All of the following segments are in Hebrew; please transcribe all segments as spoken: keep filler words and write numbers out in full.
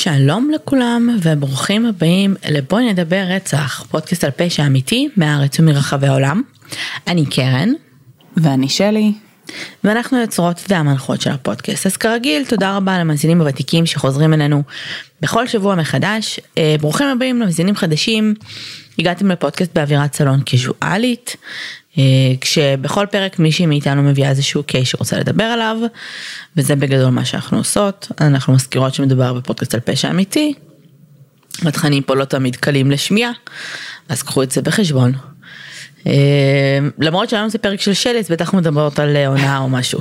שלום לכולם וברוכים הבאים לבואי נדבר רצח, פודקאסט על פשע אמיתי מהארץ ומרחבי העולם. אני קרן. ואני שלי. ואנחנו יוצרות והמנחות של הפודקאסט. אז כרגיל, תודה רבה למאזינים הוותיקים שחוזרים אלינו בכל שבוע מחדש. ברוכים הבאים למאזינים חדשים. הגעתם לפודקאסט באווירת סלון קזואלית, כשבכל פרק מישהי מאיתנו מביאה איזשהו קייס שרוצה לדבר עליו, וזה בגדול מה שאנחנו עושות. אנחנו מזכירות שמדובר בפודקאסט על פשע אמיתי, התכנים פה לא תמיד קלים לשמיעה, אז קחו את זה בחשבון. למרות שהיום זה פרק של שלי, אז בטח מדברות על עונה או משהו.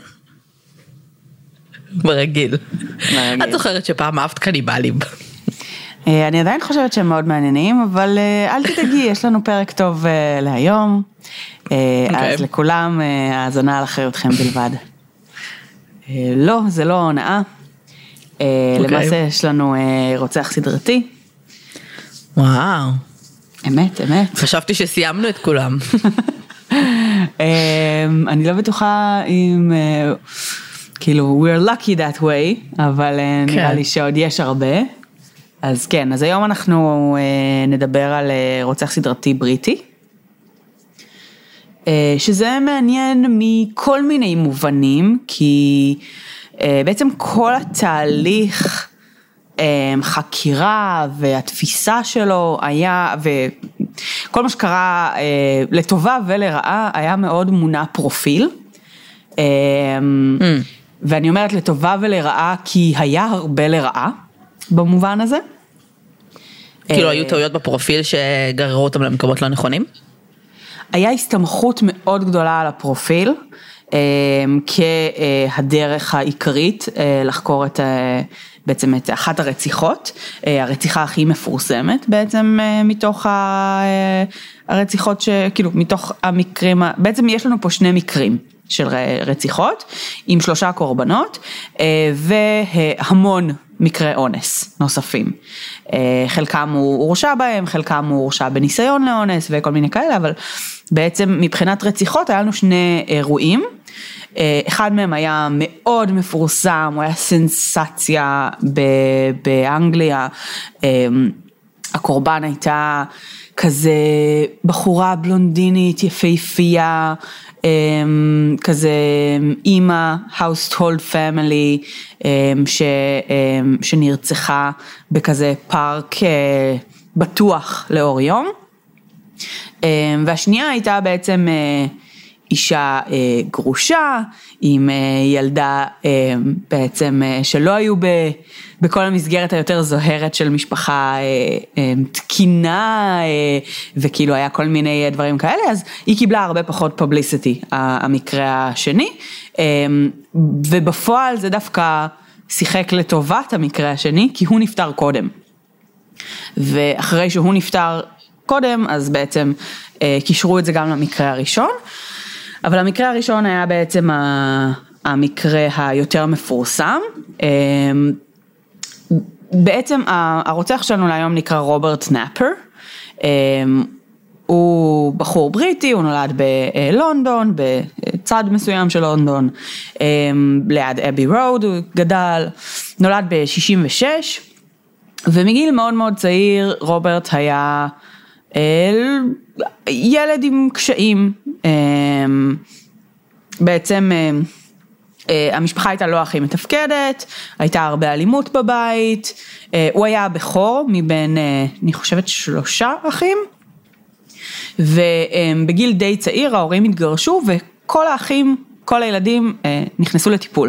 ברגיל. את זוכרת שפעם אהבת קניבלים. אני עדיין חושבת שהם מאוד מעניינים, אבל אל תדאגי, יש לנו פרק טוב להיום, אז לכולם האזנה על אחריותכם בלבד. לא, זה לא הונאה. למעשה יש לנו רוצח סדרתי. וואו. אמת, אמת. חשבתי שסיימנו את כולם. אני לא בטוחה אם, כאילו, we're lucky that way, אבל נראה לי שעוד יש הרבה. אז כן, אז היום אנחנו נדבר על רוצח סדרתי בריטי, שזה מעניין מכל מיני מובנים, כי בעצם כל התהליך חקירה והתפיסה שלו היה, וכל מה שקרה לטובה ולרעה, היה מאוד מונע פרופיל. Mm. ואני אומרת לטובה ולרעה, כי היה הרבה לרעה במובן הזה. כאילו היו טעויות בפרופיל שגררו אותם למקומות לא נכונים? היה הסתמכות מאוד גדולה על הפרופיל, כהדרך העיקרית לחקור את, בעצם את אחת הרציחות, הרציחה הכי מפורסמת בעצם מתוך הרציחות, שכאילו מתוך המקרים, בעצם יש לנו פה שני מקרים של רציחות, עם שלושה קורבנות, והמון מקרי אונס נוספים. חלקם הוא הורשע בהם, חלקם הוא הורשע בניסיון לאונס וכל מיני כאלה, אבל בעצם מבחינת רציחות היה לנו שני אירועים, אחד מהם היה מאוד מפורסם, הוא היה סנסציה באנגליה, הקורבן הייתה כזה בחורה בלונדינית יפהפייה, כזה אימא, household family, ש, שנרצחה בכזה פארק בטוח לאור יום. והשנייה הייתה בעצם אישה גרושה, עם ילדה בעצם שלא היו בכל המסגרת היותר זוהרת של משפחה תקינה, וכאילו היה כל מיני דברים כאלה, אז היא קיבלה הרבה פחות פובליסיטי, המקרה השני, ובפועל זה דווקא שיחק לטובת המקרה השני, כי הוא נפטר קודם. ואחרי שהוא נפטר קודם, אז בעצם קישרו את זה גם למקרה הראשון, אבל המקרה הראשון היה בעצם המקרה היותר מפורסם. בעצם הרוצח שלנו להיום נקרא רוברט נאפר. הוא בחור בריטי, הוא נולד בלונדון, בצד מסוים של לונדון, ליד אבי רוד הוא גדל, נולד ב-שישים ושש, ומגיל מאוד מאוד צעיר רוברט היה ילד עם קשיים. בעצם המשפחה הייתה לא הכי מתפקדת, הייתה הרבה אלימות בבית, הוא היה הבכור מבין, אני חושבת, שלושה אחים, ובגיל די צעיר ההורים התגרשו, וכל האחים, כל הילדים נכנסו לטיפול.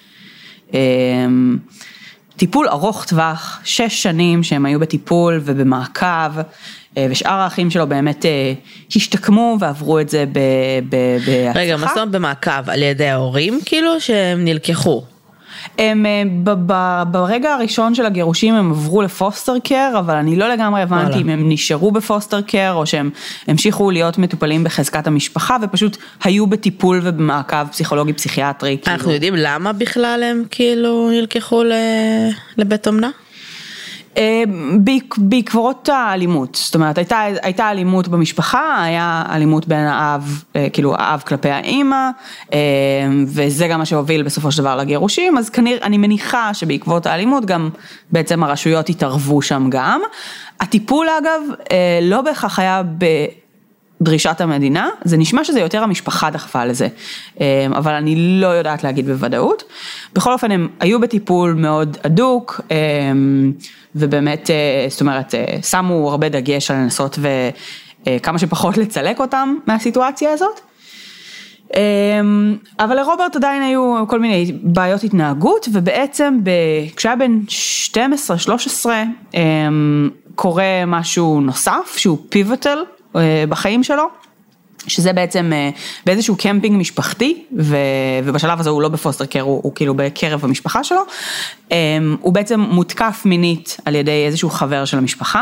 טיפול ארוך טווח, שש שנים שהם היו בטיפול ובמעקב, ושאר האחים שלו באמת השתקמו ועברו את זה בהצלחה. רגע, מה זאת אומרת במעקב? על ידי ההורים כאילו שהם נלקחו? הם ברגע הראשון של הגירושים הם עברו לפוסטר קר, אבל אני לא לגמרי הבנתי אם הם נשארו בפוסטר קר, או שהם המשיכו להיות מטופלים בחזקת המשפחה, ופשוט היו בטיפול ובמעקב פסיכולוגי פסיכיאטרי. אנחנו יודעים למה בכלל הם כאילו נלקחו לבית אומנה? בעקבות האלימות, זאת אומרת, הייתה, הייתה אלימות במשפחה, היה אלימות בין האב, כאילו האב כלפי האמא, וזה גם מה שהוביל בסופו של דבר לגירושים, אז כנראה, אני מניחה שבעקבות האלימות גם בעצם הרשויות התערבו שם גם. הטיפול אגב, לא בהכרח היה בדרישת המדינה, זה נשמע שזה יותר המשפחה דחפה לזה, אבל אני לא יודעת להגיד בוודאות. בכל אופן הם היו בטיפול מאוד עדוק, ובאמת, זאת אומרת, שמו הרבה דגש על לנסות וכמה שפחות לצלק אותם מהסיטואציה הזאת. אבל לרוברט עדיין היו כל מיני בעיות התנהגות, ובעצם כשהיה בן שתים עשרה שלוש עשרה קורה משהו נוסף שהוא פיבוטל בחיים שלו, שזה בעצם באיזשהו קמפינג משפחתי, ובשלב הזה הוא לא בפוסטר קר, הוא, הוא כאילו בקרב המשפחה שלו, הוא בעצם מותקף מינית על ידי איזשהו חבר של המשפחה,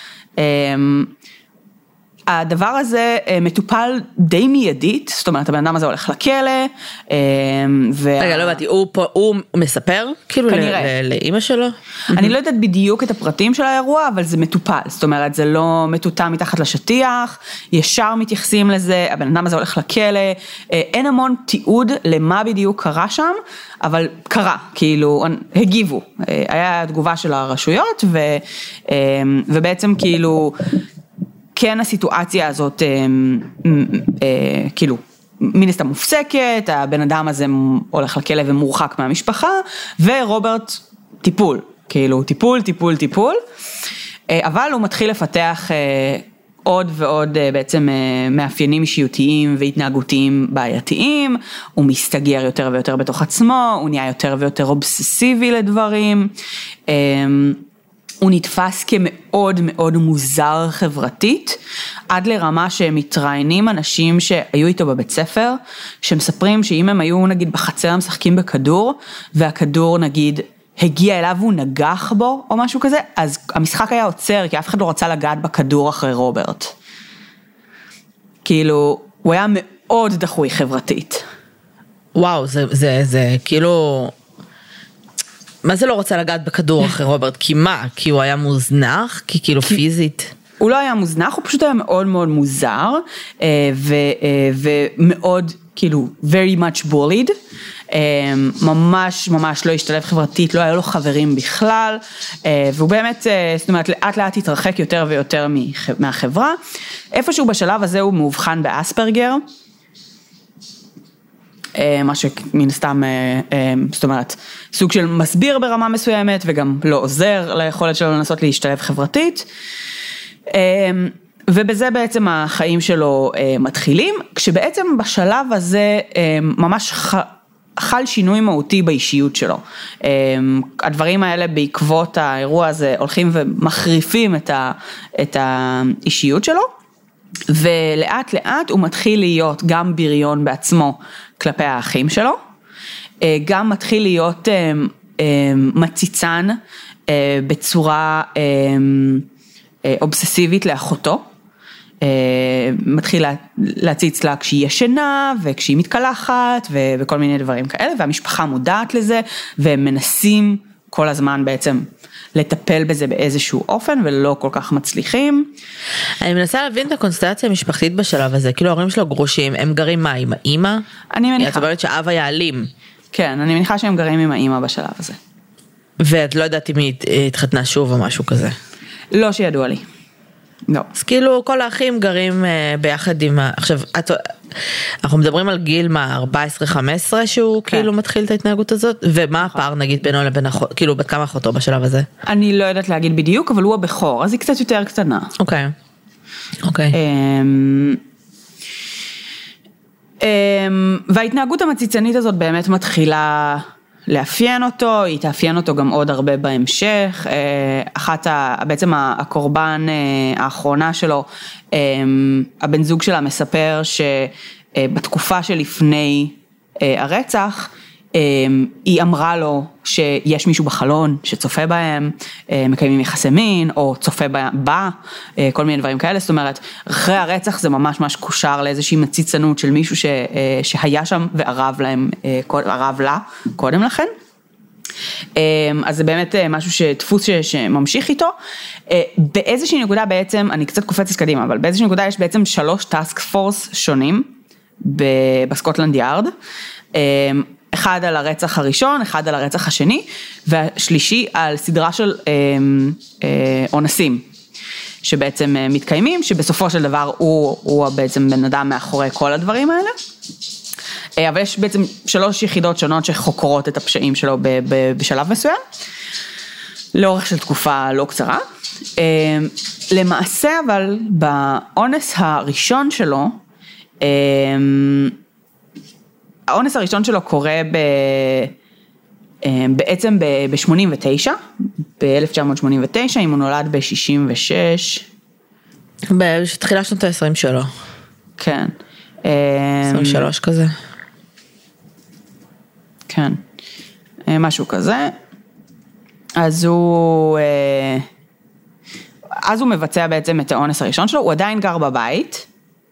הדבר הזה מטופל די מיידית, זאת אומרת, הבן אדם הזה הולך לכלא, רגע, לא הבאתי, הוא מספר, כאילו, לאמא שלו? אני לא יודעת בדיוק את הפרטים של האירוע, אבל זה מטופל, זאת אומרת, זה לא מטוטם מתחת לשטיח, ישר מתייחסים לזה, הבן אדם הזה הולך לכלא, אין המון תיעוד למה בדיוק קרה שם, אבל קרה, כאילו, הגיבו, היה תגובה של הרשויות, ובעצם כאילו, כן הסיטואציה הזאת, כאילו, מן הסתם מופסקת, הבן אדם הזה הולך לכלא ומורחק מהמשפחה, ורוברט טיפול, כאילו, טיפול, טיפול, טיפול, אבל הוא מתחיל לפתח עוד ועוד בעצם מאפיינים אישיותיים והתנהגותיים בעייתיים, הוא מסתגר יותר ויותר בתוך עצמו, הוא נהיה יותר ויותר אובססיבי לדברים, הוא נתפס כמאוד מאוד מוזר חברתית, עד לרמה שהם מתראיינים אנשים שהיו איתו בבית ספר, שמספרים שאם הם היו נגיד בחצר משחקים בכדור, והכדור נגיד הגיע אליו והוא נגח בו או משהו כזה, אז המשחק היה עוצר, כי אף אחד לא רצה לגעת בכדור אחרי רוברט. כאילו, הוא היה מאוד דחוי חברתית. וואו, זה, זה, זה כאילו... מה זה לא רוצה לגעת בכדור אחרי רוברט? כי מה? כי הוא היה מוזנח? כי כאילו כי... פיזית? הוא לא היה מוזנח, הוא פשוט היה מאוד מאוד מוזר, ו, ומאוד כאילו very much bullied, ממש ממש לא השתלב חברתית, לא היה לו חברים בכלל, והוא באמת, זאת אומרת, לאט לאט התרחק יותר ויותר מהחברה. איפשהו בשלב הזה הוא מאובחן באספרגר, מה שמן סתם, זאת אומרת, סוג של מסביר ברמה מסוימת, וגם לא עוזר ליכולת שלו לנסות להשתלב חברתית, ובזה בעצם החיים שלו מתחילים, כשבעצם בשלב הזה ממש חל שינוי מהותי באישיות שלו. הדברים האלה בעקבות האירוע הזה הולכים ומחריפים את האישיות שלו, ולאט לאט הוא מתחיל להיות גם בריון בעצמו כלפי האחים שלו, גם מתחיל להיות מציצן בצורה אובססיבית לאחותו, מתחיל להציץ לה כשהיא ישנה וכשהיא מתקלחת וכל מיני דברים כאלה, והמשפחה מודעת לזה והם מנסים כל הזמן בעצם לטפל בזה באיזשהו אופן ולא כל כך מצליחים. אני מנסה להבין את הקונסטלציה המשפחתית בשלב הזה, כאילו ההורים שלו גרושים, הם גרים מה, עם האמא? אני מניחה. את אומרת שאב היה אלים. כן, אני מניחה שהם גרים עם האמא בשלב הזה. ואת לא יודעת אם היא התחתנה שוב או משהו כזה? לא שידוע לי. לא. אז כאילו כל האחים גרים ביחד עם, עכשיו, את, אנחנו מדברים על גיל מה, ארבע עשרה חמש עשרה שהוא כן. כאילו מתחיל את ההתנהגות הזאת, ומה הפער נגיד בינו לבין אחות, כאילו בת כמה אחותו בשלב הזה? אני לא יודעת להגיד בדיוק, אבל הוא הבכור, אז היא קצת יותר קטנה. אוקיי, אוקיי. וההתנהגות המציצנית הזאת באמת מתחילה לאפיין אותו, היא תאפיין אותו גם עוד הרבה בהמשך, אחת, בעצם הקורבן האחרונה שלו, הבן זוג שלה מספר שבתקופה שלפני הרצח, היא אמרה לו שיש מישהו בחלון שצופה בהם, מקיימים יחסי מין, או צופה בה, כל מיני דברים כאלה, זאת אומרת, אחרי הרצח זה ממש ממש קושר לאיזושהי מציצנות של מישהו ש, שהיה שם וערב להם, ערב לה קודם לכן. אז זה באמת משהו שדפוס שממשיך איתו. באיזושהי נקודה בעצם, אני קצת קופצת קדימה, אבל באיזושהי נקודה יש בעצם שלוש טאסק פורס שונים בסקוטלנד יארד. אחד על הרצח הראשון, אחד על הרצח השני, והשלישי על סדרה של אונסים, שבעצם מתקיימים, שבסופו של דבר הוא, הוא בעצם בן אדם מאחורי כל הדברים האלה. אבל יש בעצם שלוש יחידות שונות שחוקרות את הפשעים שלו ב, ב, בשלב מסוים, לאורך של תקופה לא קצרה. למעשה אבל באונס הראשון שלו, האונס הראשון שלו קורה ב, בעצם ב-שמונים ותשע, ב-אלף תשע מאות שמונים ותשע, אם הוא נולד ב-שישים ושש. בתחילה שנות ה-עשרים שלו. כן. עשרים ושלוש כזה. כן. משהו כזה. אז הוא, אז הוא מבצע בעצם את האונס הראשון שלו, הוא עדיין גר בבית.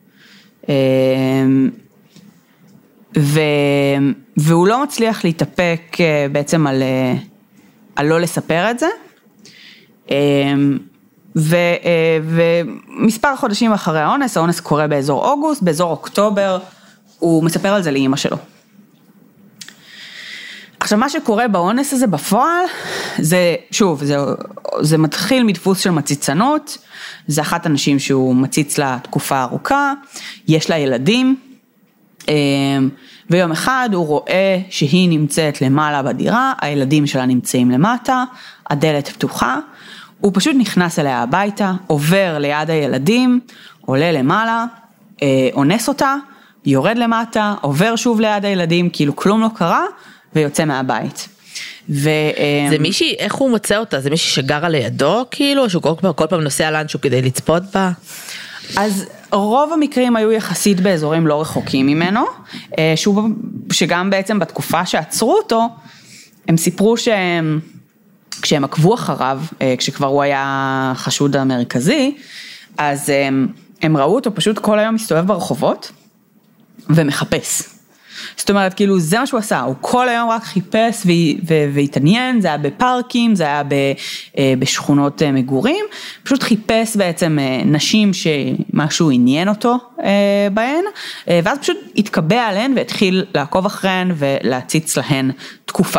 ו... והוא לא מצליח להתאפק בעצם על, על לא לספר את זה, ו... ומספר חודשים אחרי האונס, האונס קורה באזור אוגוסט, באזור אוקטובר, הוא מספר על זה לאמא שלו. עכשיו מה שקורה באונס הזה בפועל, זה שוב, זה, זה מתחיל מדפוס של מציצנות, זה אחת הנשים שהוא מציץ לה תקופה ארוכה, יש לה ילדים, ויום אחד הוא רואה שהיא נמצאת למעלה בדירה, הילדים שלה נמצאים למטה, הדלת פתוחה, הוא פשוט נכנס אליה הביתה, עובר ליד הילדים, עולה למעלה, אונס אותה, יורד למטה, עובר שוב ליד הילדים, כאילו כלום לא קרה, ויוצא מהבית. ו... זה מישהי, איך הוא מוצא אותה? זה מישהי שגרה לידו, כאילו, שהוא כל, כל פעם נוסע לאנשהו כדי לצפות בה? אז רוב המקרים היו יחסית באזורים לא רחוקים ממנו, שהוא, שגם בעצם בתקופה שעצרו אותו, הם סיפרו שהם, כשהם עקבו אחריו, כשכבר הוא היה חשוד המרכזי, אז הם, הם ראו אותו פשוט כל היום מסתובב ברחובות, ומחפש. זאת אומרת, כאילו, זה מה שהוא עשה, הוא כל היום רק חיפש והתעניין, זה היה בפארקים, זה היה בשכונות מגורים, פשוט חיפש בעצם נשים שמשהו עניין אותו בהן, ואז פשוט התקבע עליהן והתחיל לעקוב אחריהן ולהציץ להן תקופה.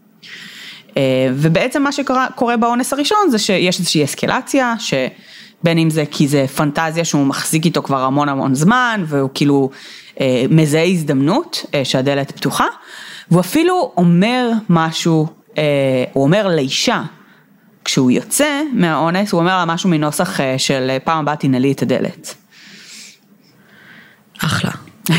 ובעצם מה שקורה באונס הראשון זה שיש איזושהי אסקלציה, שבין אם זה כי זה פנטזיה שהוא מחזיק איתו כבר המון המון זמן, והוא כאילו מזהה הזדמנות שהדלת פתוחה, והוא אפילו אומר משהו, הוא אומר לאישה, כשהוא יוצא מהאונס, הוא אומר לה משהו מנוסח של פעם הבאה תנעלי את הדלת. אחלה.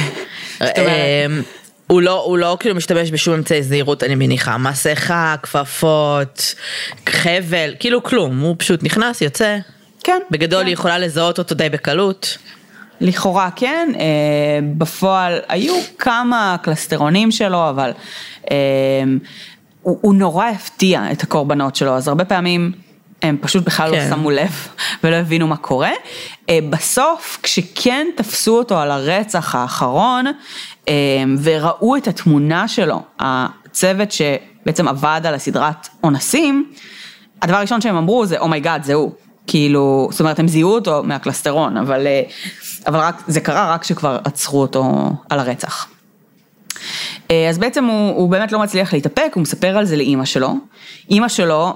הוא לא, הוא לא כאילו משתמש בשום אמצעי זהירות, אני מניחה, מסכה, כפפות, חבל, כאילו כלום, הוא פשוט נכנס, יוצא. כן. בגדול היא יכולה לזהות אותו די בקלות. לכאורה כן, בפועל היו כמה קלסטרונים שלו, אבל הוא, הוא נורא הפתיע את הקורבנות שלו, אז הרבה פעמים הם פשוט בכלל כן. לא שמו לב ולא הבינו מה קורה. בסוף, כשכן תפסו אותו על הרצח האחרון, וראו את התמונה שלו, הצוות שבעצם עבד על הסדרת אונסים, הדבר הראשון שהם אמרו זה, אומייגאד, זה הוא. כאילו, זאת אומרת, הם זיהו אותו מהקלסטרון, אבל, אבל רק, זה קרה רק שכבר עצרו אותו על הרצח. אז בעצם הוא, הוא באמת לא מצליח להתאפק, הוא מספר על זה לאמא שלו. אמא שלו,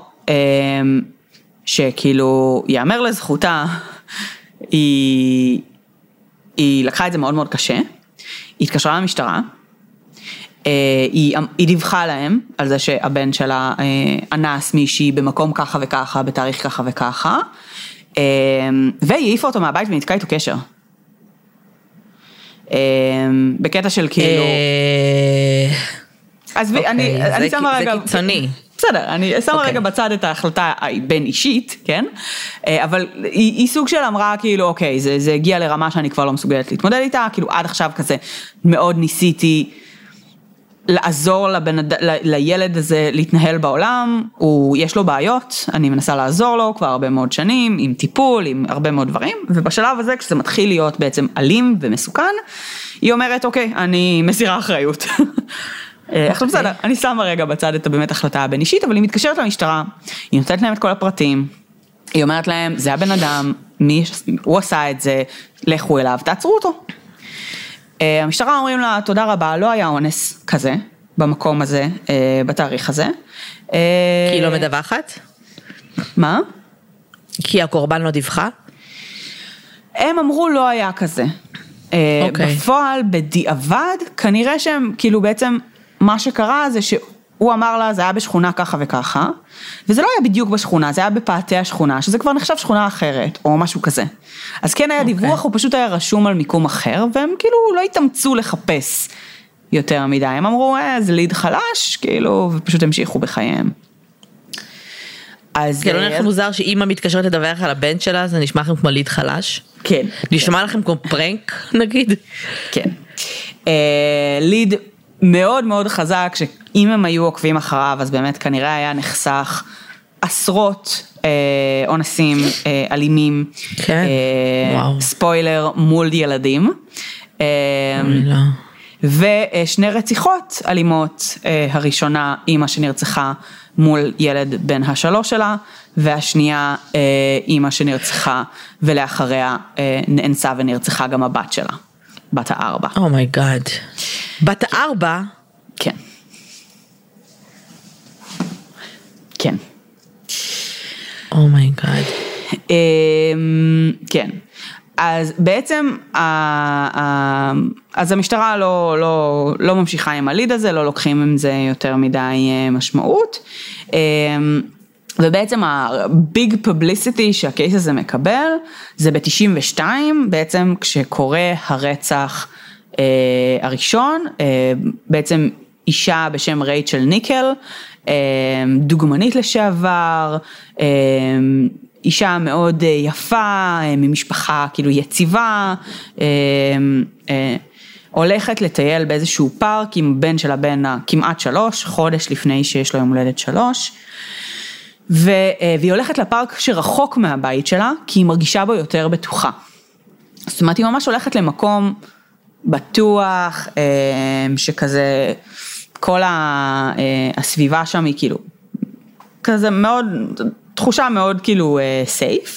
שכאילו, יאמר לזכותה, היא, היא לקחה את זה מאוד מאוד קשה, היא התקשרה למשטרה, היא, היא דיווחה להם על זה שהבן שלה אנס מישהי במקום ככה וככה, בתאריך ככה וככה, והיא העיפה אותו מהבית ונתקע איתו קשר. בקטע של כאילו... אז אני שמה רגע... זה קיצוני. בסדר, אני שמה רגע בצד את ההחלטה בין אישית, כן? אבל היא סוג של אמרה כאילו, אוקיי, זה הגיע לרמה שאני כבר לא מסוגלת להתמודד איתה, כאילו עד עכשיו כזה מאוד ניסיתי לעזור לבן, ל, לילד הזה להתנהל בעולם, הוא, יש לו בעיות, אני מנסה לעזור לו כבר הרבה מאוד שנים, עם טיפול, עם הרבה מאוד דברים, ובשלב הזה כשזה מתחיל להיות בעצם אלים ומסוכן, היא אומרת, אוקיי, אני מסירה אחריות. עכשיו בסדר, אני שמה רגע בצד את באמת החלטה הבין אישית, אבל היא מתקשרת למשטרה, היא נותנת להם את כל הפרטים, היא אומרת להם, זה הבן אדם, מי, הוא עשה את זה, לכו אליו, תעצרו אותו. המשטרה אומרים לה, תודה רבה, לא היה אונס כזה, במקום הזה, בתאריך הזה. כי היא לא מדווחת? מה? כי הקורבן לא דיווחה? הם אמרו לא היה כזה. אוקיי. בפועל, בדיעבד, כנראה שהם, כאילו בעצם, מה שקרה זה שהוא אמר לה, זה היה בשכונה ככה וככה, וזה לא היה בדיוק בשכונה, זה היה בפאתי השכונה, שזה כבר נחשב שכונה אחרת, או משהו כזה. אז כן היה okay. דיווח, הוא פשוט היה רשום על מיקום אחר, והם כאילו לא התאמצו לחפש יותר מדי. הם אמרו, אה, זה ליד חלש, כאילו, ופשוט המשיכו בחייהם. אז... כן, לא נראה לכם מוזר שאמא מתקשרת לדווח על הבן שלה, זה נשמע לכם כמו ליד חלש? כן. נשמע לכם כמו פרנק, נגיד? כן. ליד מאוד מאוד חזק, שאם הם היו עוקבים אחריו, אז באמת כנראה היה נחסך עשרות אונסים אלימים, ספוילר מול ילדים, ושני רציחות אלימות, הראשונה אמא שנרצחה מול ילד בן השלוש שלה, והשנייה אמא שנרצחה ולאחריה נאנסה ונרצחה גם הבת שלה, בת הארבע. אומייגאד. בת הארבע? כן. כן. אומייגאד. כן. אז בעצם, אז המשטרה לא, לא, לא ממשיכה עם הליד הזה, לא לוקחים עם זה יותר מדי משמעות, ובעצם הביג פובליסיטי שהקייס הזה מקבל, זה ב-תשעים ושתיים, בעצם כשקורה הרצח הראשון, בעצם אישה בשם רייצ'ל ניקל, דוגמנית לשעבר, אישה מאוד יפה, ממשפחה כאילו יציבה, הולכת לטייל באיזשהו פארק עם בן של הבן כמעט שלוש, חודש לפני שיש לו יום הולדת שלוש, והיא הולכת לפארק שרחוק מהבית שלה, כי היא מרגישה בו יותר בטוחה. זאת אומרת, היא ממש הולכת למקום בטוח, שכזה, כל הסביבה שם היא כאילו, כזה מאוד, תחושה מאוד כאילו סייף,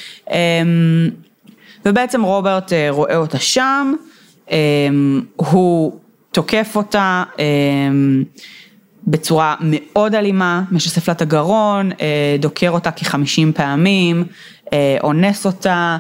ובעצם רוברט רואה אותה שם, הוא תוקף אותה בצורה מאוד אלימה, משסף לה את הגרון, דוקר אותה כ-חמישים פעמים, אונס אותה,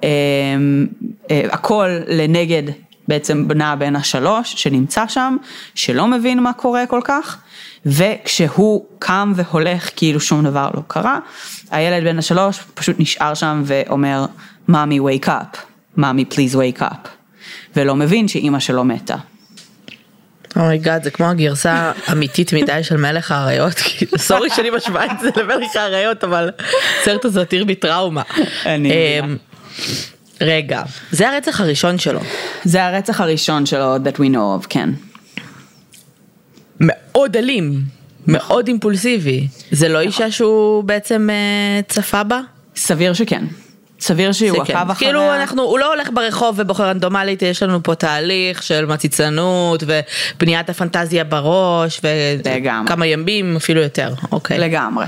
הכל לנגד בעצם בנה בן השלוש שנמצא שם, שלא מבין מה קורה כל כך, וכשהוא קם והולך כאילו שום דבר לא קרה, הילד בן השלוש פשוט נשאר שם ואומר, mommy wake up, mommy please wake up, ולא מבין שאימא שלו מתה. אומייגאד, זה כמו הגרסה אמיתית מדי של מלך האריות, סורי שאני משוואה את זה למלך האריות, אבל סרט הזה תיר בי טראומה. אני רגע, זה הרצח הראשון שלו. זה הרצח הראשון שלו, that we know of, כן. מאוד אלים, מאוד אימפולסיבי. זה לא אישה שהוא בעצם צפה בה? סביר שכן. סביר שהוא עקב אחריה. כאילו אנחנו, הוא לא הולך ברחוב ובוחר רנדומלית, יש לנו פה תהליך של מציצנות ובניית הפנטזיה בראש וכמה ימים אפילו יותר. אוקיי. לגמרי.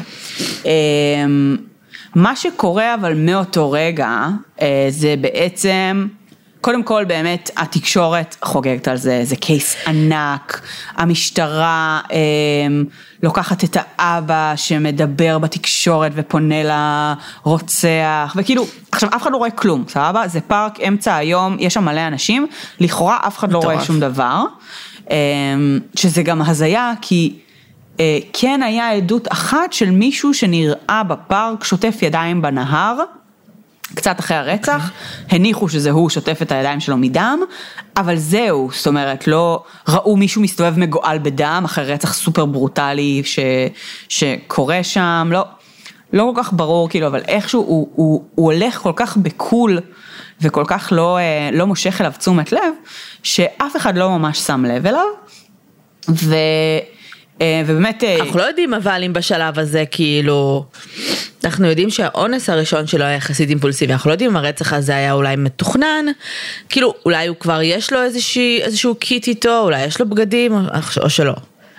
מה שקורה אבל מאותו רגע, זה בעצם, קודם כל באמת התקשורת חוגגת על זה, זה קייס ענק, המשטרה לוקחת את האבא שמדבר בתקשורת ופונה לרוצח, וכאילו, עכשיו אף אחד לא רואה כלום, סבבה? זה פארק אמצע היום, יש שם מלא אנשים, לכאורה אף אחד לא רואה שום דבר, שזה גם הזיה, כי כן היה עדות אחת של מישהו שנראה בפארק שוטף ידיים בנהר, קצת אחרי הרצח, הניחו שזה הוא שוטף את הידיים שלו מדם, אבל זהו, זאת אומרת, לא ראו מישהו מסתובב מגועל בדם, אחרי רצח סופר ברוטלי ש, שקורה שם, לא, לא כל כך ברור, כאילו, אבל איכשהו הוא, הוא, הוא הולך כל כך בקול, וכל כך לא, לא מושך אליו תשומת לב, שאף אחד לא ממש שם לב אליו, ו... ובאמת... אנחנו לא יודעים אבל אם בשלב הזה כאילו, אנחנו יודעים שהאונס הראשון שלו היה יחסית אימפולסיבי, אנחנו לא יודעים אם הרצח הזה היה אולי מתוכנן, כאילו אולי הוא כבר יש לו איזושהי, איזשהו קיט איתו, אולי יש לו בגדים או שלא.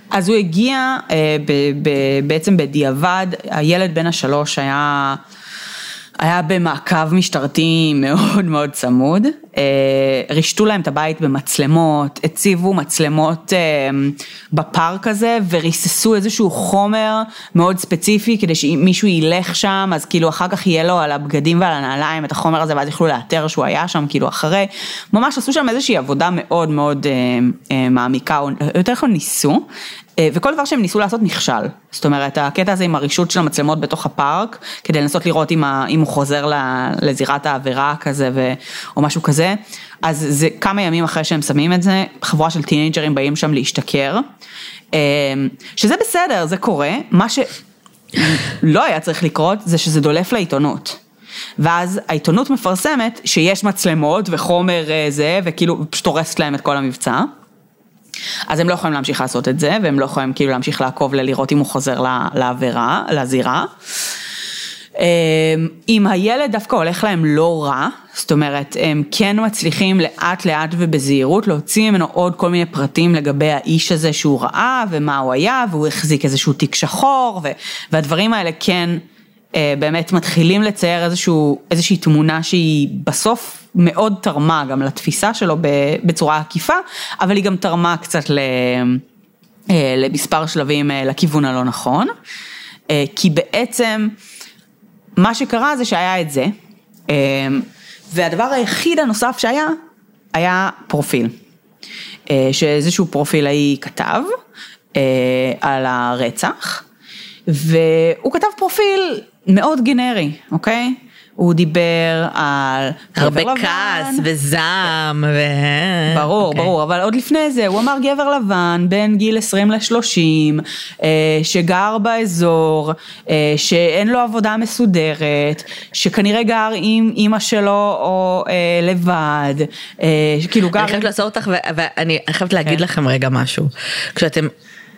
אז הוא הגיע ב, ב, בעצם בדיעבד, הילד בן השלוש היה... היה במעקב משטרתי מאוד מאוד צמוד, רשתו להם את הבית במצלמות, הציבו מצלמות בפארק הזה, וריססו איזשהו חומר מאוד ספציפי, כדי שמישהו ילך שם, אז כאילו אחר כך יהיה לו על הבגדים ועל הנעליים את החומר הזה, ואז יוכלו לאתר שהוא היה שם, כאילו אחרי, ממש עשו שם איזושהי עבודה מאוד מאוד מעמיקה, או יותר נכון ניסו, וכל דבר שהם ניסו לעשות נכשל, זאת אומרת, הקטע הזה עם הרישות של המצלמות בתוך הפארק, כדי לנסות לראות אם, ה, אם הוא חוזר לזירת העבירה כזה, ו, או משהו כזה, אז זה כמה ימים אחרי שהם שמים את זה, חבורה של טינג'רים באים שם להשתכר, שזה בסדר, זה קורה, מה שלא היה צריך לקרות, זה שזה דולף לעיתונות, ואז העיתונות מפרסמת שיש מצלמות וחומר זה, וכאילו פשוט הורסת להם את כל המבצע, אז הם לא יכולים להמשיך לעשות את זה, והם לא יכולים כאילו להמשיך לעקוב לראות אם הוא חוזר לעבירה, לזירה. אם הילד דווקא הולך להם לא רע, זאת אומרת, הם כן מצליחים לאט לאט ובזהירות להוציא ממנו עוד כל מיני פרטים לגבי האיש הזה שהוא ראה, ומה הוא היה, והוא החזיק איזשהו תיק שחור, והדברים האלה כן באמת מתחילים לצייר איזשהו, איזושהי תמונה שהיא בסוף מאוד תרמה גם לתפיסה שלו בצורה עקיפה, אבל היא גם תרמה קצת למספר שלבים לכיוון הלא נכון, כי בעצם מה שקרה זה שהיה את זה, והדבר היחיד הנוסף שהיה, היה פרופיל, שאיזשהו פרופיל היא כתב על הרצח, והוא כתב פרופיל מאוד גנרי, אוקיי? הוא דיבר על הרבה כעס וזעם ו... ברור, ברור, אבל עוד לפני זה הוא אמר גבר לבן בין גיל עשרים לשלושים, שגר באזור, שאין לו עבודה מסודרת, שכנראה גר עם אמא שלו או לבד, כאילו גר... אני חייבת לעשות אותך ואני חייבת להגיד לכם רגע משהו, כשאתם...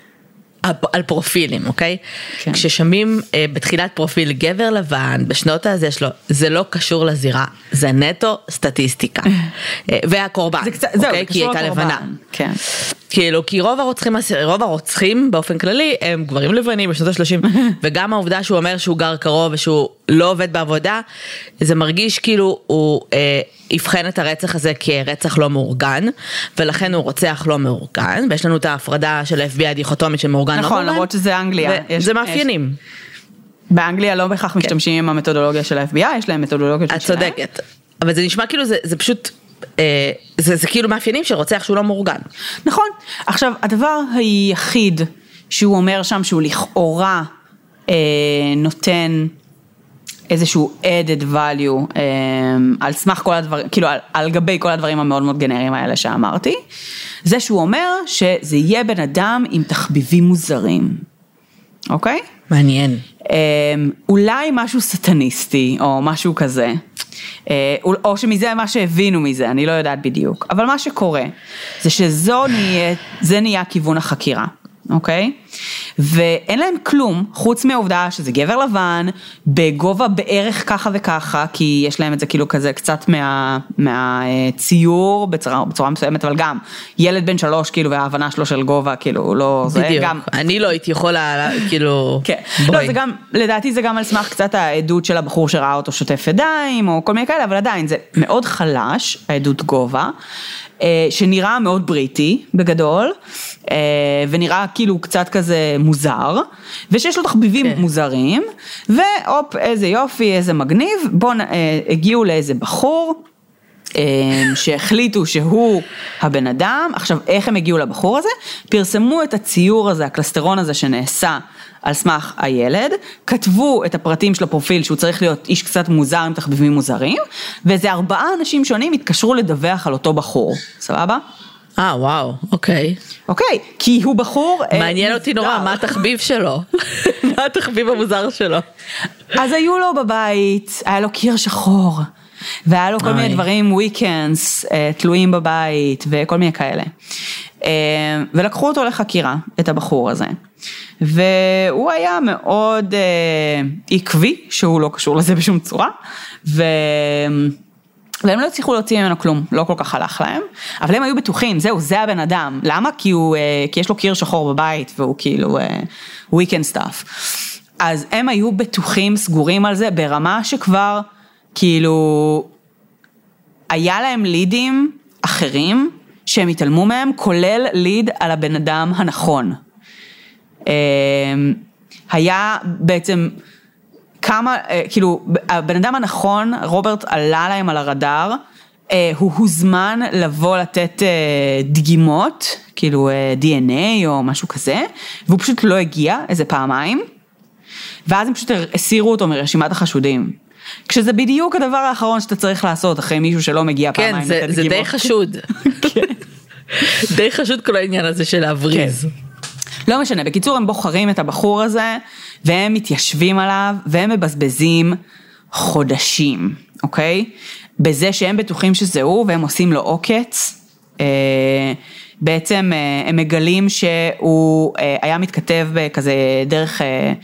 על פרופילים, אוקיי? כן. כששמים אה, בתחילת פרופיל גבר לבן, בשנות הזה שלו, זה לא קשור לזירה, זה נטו סטטיסטיקה. אה, והקורבן, זה קצת, אוקיי? זהו, כי היא הייתה לבנה. כן. כאילו, כי רוב הרוצחים, רוב הרוצחים באופן כללי, הם גברים לבנים בשנות ה-שלושים, וגם העובדה שהוא אומר שהוא גר קרוב, ושהוא לא עובד בעבודה, זה מרגיש כאילו הוא אה, יבחן את הרצח הזה כרצח לא מאורגן, ולכן הוא רוצח לא מאורגן, ויש לנו את ההפרדה של ה-אף בי איי הדיכוטומית של מאורגן לא מאורגן. נכון, למרות שזה אנגליה. זה מאפיינים. באנגליה לא בהכרח משתמשים עם המתודולוגיה של ה-אף בי איי, יש להם מתודולוגיות שלהם. את צודקת, אבל זה נשמע כאילו זה פשוט... זה, זה כאילו מאפיינים של רוצח שהוא לא מאורגן. נכון. עכשיו, הדבר היחיד שהוא אומר שם, שהוא לכאורה אה, נותן איזשהו added value, אה, על סמך כל הדברים, כאילו על, על גבי כל הדברים המאוד מאוד גנריים האלה שאמרתי, זה שהוא אומר שזה יהיה בן אדם עם תחביבים מוזרים. אוקיי? מעניין. אה, אולי משהו סטניסטי, או משהו כזה. או שמזה מה שהבינו מזה, אני לא יודעת בדיוק, אבל מה שקורה זה שזו נהיה, זה נהיה כיוון החקירה, אוקיי? ואין להם כלום, חוץ מהעובדה שזה גבר לבן, בגובה בערך ככה וככה, כי יש להם את זה כאילו כזה קצת מה, מהציור, בצורה, בצורה מסוימת, אבל גם ילד בן שלוש, כאילו, וההבנה שלו של גובה, כאילו, לא, זה בדיוק. גם... אני לא הייתי יכולה, כאילו... כן, לא, זה גם, לדעתי זה גם על סמך קצת העדות של הבחור שראה אותו שוטף ידיים, או כל מיני כאלה, אבל עדיין זה מאוד חלש, העדות גובה, שנראה מאוד בריטי בגדול, ונראה כאילו קצת כזה מוזר, ושיש לו תחביבים okay. מוזרים, והופ, איזה יופי, איזה מגניב, בואו הגיעו לאיזה בחור, שהחליטו שהוא הבן אדם. עכשיו, איך הם הגיעו לבחור הזה? פרסמו את הציור הזה, הקלסטרון הזה שנעשה על סמך הילד, כתבו את הפרטים של הפרופיל שהוא צריך להיות איש קצת מוזר עם תחביבים מוזרים, ואיזה ארבעה אנשים שונים התקשרו לדווח על אותו בחור. סבבה? אה, וואו, אוקיי. אוקיי, כי הוא בחור... מעניין אותי נורא, מה התחביב שלו? מה התחביב המוזר שלו? אז היו לו בבית, היה לו קיר שחור, והיה לו כל מיני דברים, weekends, תלויים בבית, וכל מיני כאלה. ולקחו אותו לחקירה, את הבחור הזה. והוא היה מאוד עקבי, שהוא לא קשור לזה בשום צורה, ו... והם לא הצליחו להוציא ממנו כלום, לא כל כך הלך להם, אבל הם היו בטוחים, זהו, זה הבן אדם. למה? כי, הוא, כי יש לו קיר שחור בבית, והוא כאילו weekend stuff. אז הם היו בטוחים, סגורים על זה, ברמה שכבר, כאילו, היה להם לידים אחרים, שהם התעלמו מהם, כולל ליד על הבן אדם הנכון. היה בעצם כמה, כאילו, הבן אדם הנכון, רוברט עלה להם על הרדאר, הוא הוזמן לבוא לתת דגימות, כאילו די אן איי או משהו כזה, והוא פשוט לא הגיע איזה פעמיים, ואז הם פשוט הסירו אותו מרשימת החשודים. כשזה בדיוק הדבר האחרון שאתה צריך לעשות, אחרי מישהו שלא מגיע פעמיים לתת דגימות. כן, זה די חשוד. די חשוד כל העניין הזה של להבריז. לא משנה, בקיצור הם בוחרים את הבחור הזה, והם מתיישבים עליו, והם מבזבזים חודשים, אוקיי? בזה שהם בטוחים שזהו, והם עושים לו עוקץ, בעצם הם מגלים שהוא היה מתכתב בכזה דרך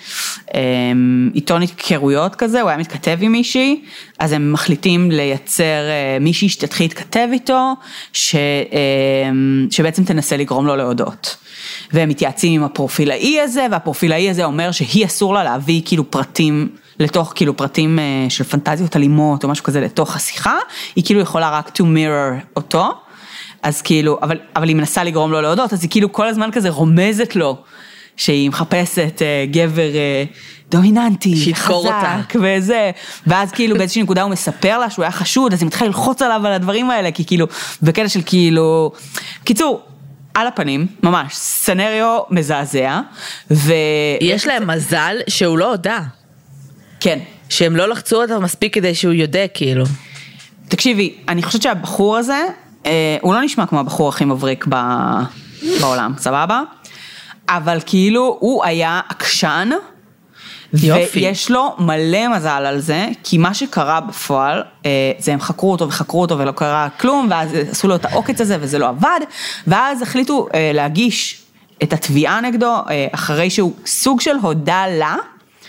עיתון היכרויות כזה, הוא היה מתכתב עם מישהי, אז הם מחליטים לייצר מישהי שתתחיל להתכתב איתו, ש, שבעצם תנסה לגרום לו להודות. והם מתייעצים עם הפרופילאי הזה, והפרופילאי הזה אומר שהיא אסור לה להביא כאילו פרטים, לתוך כאילו פרטים של פנטזיות אלימות או משהו כזה לתוך השיחה, היא כאילו יכולה רק to mirror אותו, אז כאילו, אבל, אבל היא מנסה לגרום לו להודות, אז היא כאילו כל הזמן כזה רומזת לו, שהיא מחפשת uh, גבר uh, דומיננטי, חזק וזה, ואז כאילו באיזושהי נקודה הוא מספר לה שהוא היה חשוד, אז היא מתחילה ללחוץ עליו על הדברים האלה, כי כאילו, בקטע של כאילו, קיצור, על הפנים, ממש, סצנריו מזעזע, ו... יש להם מזל שהוא לא הודע. כן. שהם לא לחצו אותו מספיק כדי שהוא יודע, כאילו. תקשיבי, אני חושבת שהבחור הזה, אה, הוא לא נשמע כמו הבחור הכי מבריק ב... בעולם, סבבה? אבל כאילו, הוא היה עקשן, יופי. ויש לו מלא מזל על זה, כי מה שקרה בפועל, זה הם חקרו אותו וחקרו אותו ולא קרה כלום, ואז עשו לו את העוקץ הזה וזה לא עבד, ואז החליטו להגיש את התביעה נגדו, אחרי שהוא סוג של הודע לה,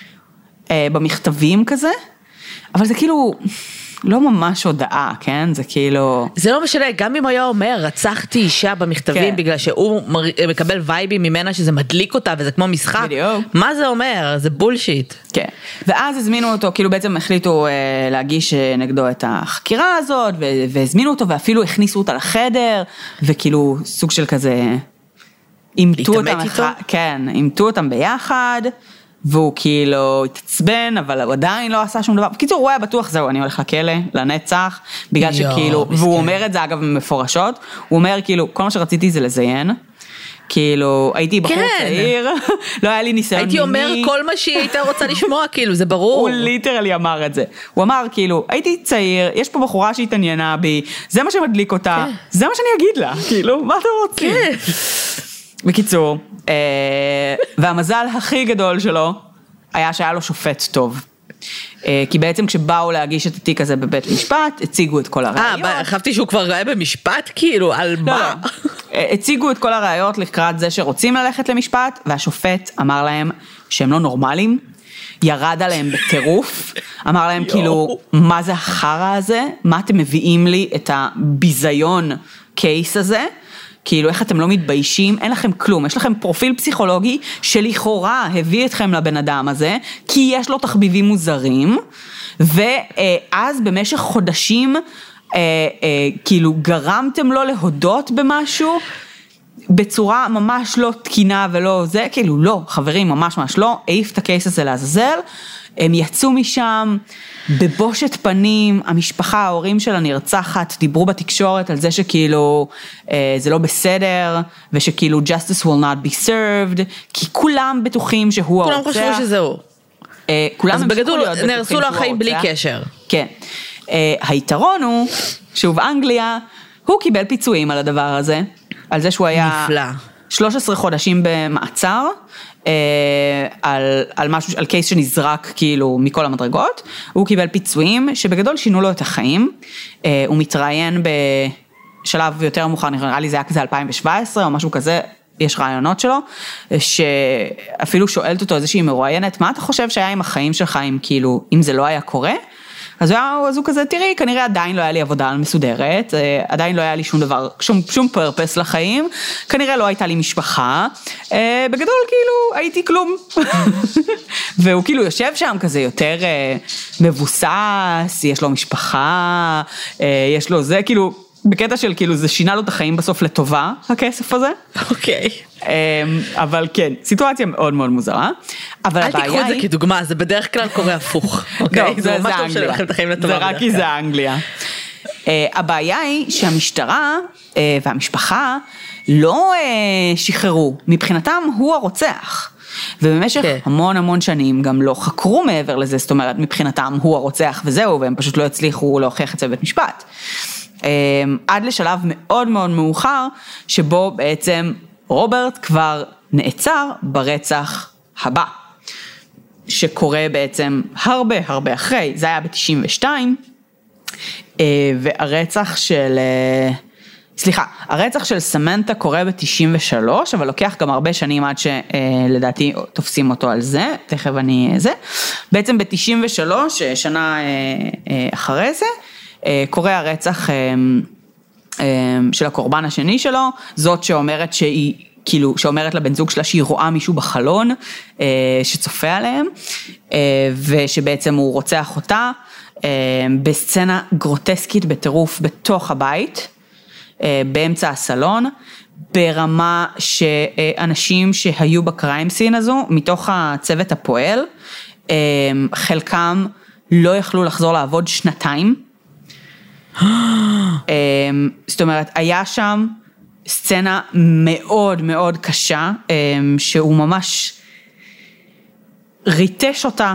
במכתבים כזה, אבל זה כאילו... לא ממש הודעה, כן? זה כאילו... זה לא משנה, גם אם היה אומר, רצחתי אישה במכתבים, כן. בגלל שהוא מקבל וייבים ממנה שזה מדליק אותה, וזה כמו משחק. בדיוק. מה זה אומר? זה בולשיט. כן. ואז הזמינו אותו, כאילו בעצם החליטו אה, להגיש נגדו את החקירה הזאת, והזמינו אותו, ואפילו הכניסו אותה לחדר, וכאילו סוג של כזה... אימתו אותם, איתו? כן, אימתו אותם ביחד, והוא כאילו התעצבן, אבל הוא עדיין לא עשה שום דבר. בקיצור, הוא היה בטוח, זהו, אני הולך לכלא, לנצח, בגלל שכאילו, והוא אומר את זה אגב מפורשות, הוא אומר כאילו, כל מה שרציתי זה לזיין, כאילו, הייתי בחור צעיר, לא היה לי ניסיון מיני. הייתי אומר כל מה שהיא הייתה רוצה לשמוע, כאילו, זה ברור. הוא ליטרלי אמר את זה. הוא אמר כאילו, הייתי צעיר, יש פה בחורה שהתעניינה בי, זה מה שמדליק אותה, זה מה שאני אגיד לה, כאילו, מה אתם רוצים? בקיצור, והמזל הכי גדול שלו היה שהיה לו שופט טוב. כי בעצם כשבאו להגיש את התיק הזה בבית משפט, הציגו את כל הראיות. אה, חשבתי שהוא כבר ראה במשפט, כאילו, על מה? הציגו את כל הראיות לקראת זה שרוצים ללכת למשפט, והשופט אמר להם שהם לא נורמליים, ירד עליהם בטירוף, אמר להם כאילו, מה זה החרא הזה? מה אתם מביאים לי את הביזיון קייס הזה? כאילו, איך אתם לא מתביישים, אין לכם כלום, יש לכם פרופיל פסיכולוגי שלכאורה הביא אתכם לבן אדם הזה, כי יש לו תחביבים מוזרים, ואז במשך חודשים, כאילו, גרמתם לו להודות במשהו, בצורה ממש לא תקינה ולא זה, כאילו, לא, חברים, ממש ממש לא, העיף את הקייס הזה לעזאזל, הם יצאו משם בבושת פנים, המשפחה, ההורים של הנרצחת, דיברו בתקשורת על זה שכאילו אה, זה לא בסדר, ושכאילו justice will not be served, כי כולם בטוחים שהוא כולם הרוצח. כולם חשבו שזהו. אה, כולם אז בגדול נהרסו לו החיים בלי קשר. כן. אה, היתרון הוא, שוב אנגליה, הוא קיבל פיצויים על הדבר הזה, על זה שהוא היה... נפלא. שלושה עשר חודשים במעצר, על, על משהו, על קייס שנזרק כאילו מכל המדרגות, הוא קיבל פיצויים שבגדול שינו לו את החיים, הוא מתראיין בשלב יותר מאוחר, נראה לי זה היה כזה אלפיים שבע עשרה או משהו כזה, יש רעיונות שלו, שאפילו שואלת אותו איזושהי מרואיינת, מה אתה חושב שהיה עם החיים שלך, אם כאילו, אם זה לא היה קורה? אז הוא כזה, תראי, כנראה עדיין לא היה לי עבודה מסודרת, עדיין לא היה לי שום דבר, שום, שום פרפס לחיים, כנראה לא הייתה לי משפחה, בגדול כאילו הייתי כלום. והוא כאילו יושב שם כזה יותר מבוסס, יש לו משפחה, יש לו זה, כאילו, בקטע של כאילו זה שינה לו את החיים בסוף לטובה, הכסף הזה. אוקיי. אבל כן, סיטואציה מאוד מאוד מוזרה. אל תיקחו את זה כדוגמה, זה בדרך כלל קורה הפוך. זה ממש טוב שלכם את החיים לטובה. זה רק כי זה אנגליה. הבעיה היא שהמשטרה והמשפחה לא שחררו, מבחינתם הוא הרוצח. ובמשך המון המון שנים גם לא חקרו מעבר לזה, זאת אומרת מבחינתם הוא הרוצח וזהו, והם פשוט לא הצליחו להוכיח את זה בבית משפט. עד לשלב מאוד מאוד מאוחר, שבו בעצם רוברט כבר נעצר ברצח הבא, שקורה בעצם הרבה הרבה אחרי, זה היה ב-תשעים ושתיים, והרצח של, סליחה, הרצח של סמנטה קורה ב-תשעים ושלוש, אבל לוקח גם הרבה שנים עד שלדעתי תופסים אותו על זה, תכף אני זה, בעצם ב-תשעים ושלוש, שנה אחרי זה, קורה הרצח של הקורבן השני שלו, זאת שאומרת שהיא, כאילו, שאומרת לבן זוג שלה שהיא רואה מישהו בחלון, שצופה עליהם, ושבעצם הוא רוצח אותה, בסצנה גרוטסקית בטירוף בתוך הבית, באמצע הסלון, ברמה שאנשים שהיו בקריים סין הזו, מתוך הצוות הפועל, חלקם לא יכלו לחזור לעבוד שנתיים, זאת אומרת, היה שם סצנה מאוד מאוד קשה, שהוא ממש ריטש אותה,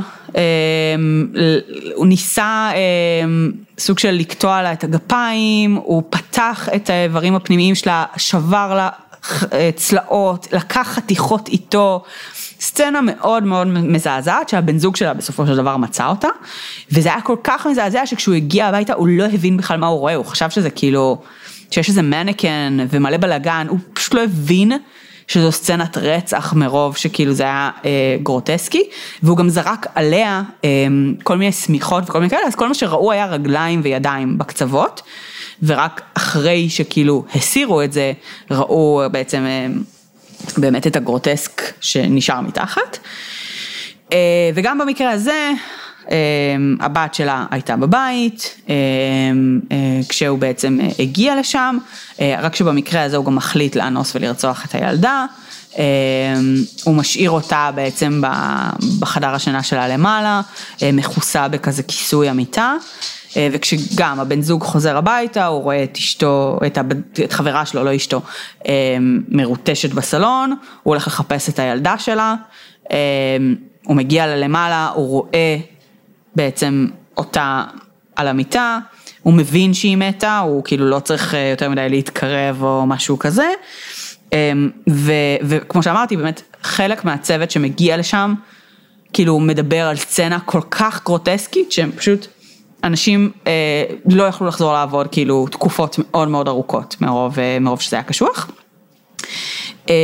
הוא ניסה סוג של לקטוע לה את הגפיים, הוא פתח את האיברים הפנימיים שלה, שבר לה צלעות, לקח חתיכות איתו, סצנה מאוד מאוד מזעזעת, שהבן זוג שלה בסופו של דבר מצא אותה, וזה היה כל כך מזעזע שכשהוא הגיע הביתה הוא לא הבין בכלל מה הוא רואה, הוא חשב שזה כאילו, שיש איזה מניקן ומלא בלגן, הוא פשוט לא הבין שזו סצנת רצח מרוב שכאילו זה היה אה, גרוטסקי, והוא גם זרק עליה אה, כל מיני סמיכות וכל מיני כאלה, אז כל מה שראו היה רגליים וידיים בקצוות, ורק אחרי שכאילו הסירו את זה, ראו בעצם אה, באמת את הגרוטסק שנשאר מתחת, אה, וגם במקרה הזה, הבת שלה הייתה בבית, כשהוא בעצם הגיע לשם, רק שבמקרה הזה הוא גם מחליט לאנוס ולרצוח את הילדה, הוא משאיר אותה בעצם בחדר השינה שלה למעלה, מכוסה בכזה כיסוי המיטה, וכשגם הבן זוג חוזר הביתה, הוא רואה את אשתו, את, הב... את חברה שלו, לא אשתו, מרוטשת בסלון, הוא הולך לחפש את הילדה שלה, הוא מגיע למעלה, הוא רואה בעצם אותה על המיטה, הוא מבין שהיא מתה, הוא כאילו לא צריך יותר מדי להתקרב או משהו כזה, ו, וכמו שאמרתי, באמת חלק מהצוות שמגיע לשם, כאילו הוא מדבר על סצנה כל כך גרוטסקית, שהם פשוט אנשים אה, לא יכלו לחזור לעבוד, כאילו תקופות מאוד מאוד ארוכות, מרוב, מרוב שזה היה קשוח. אה,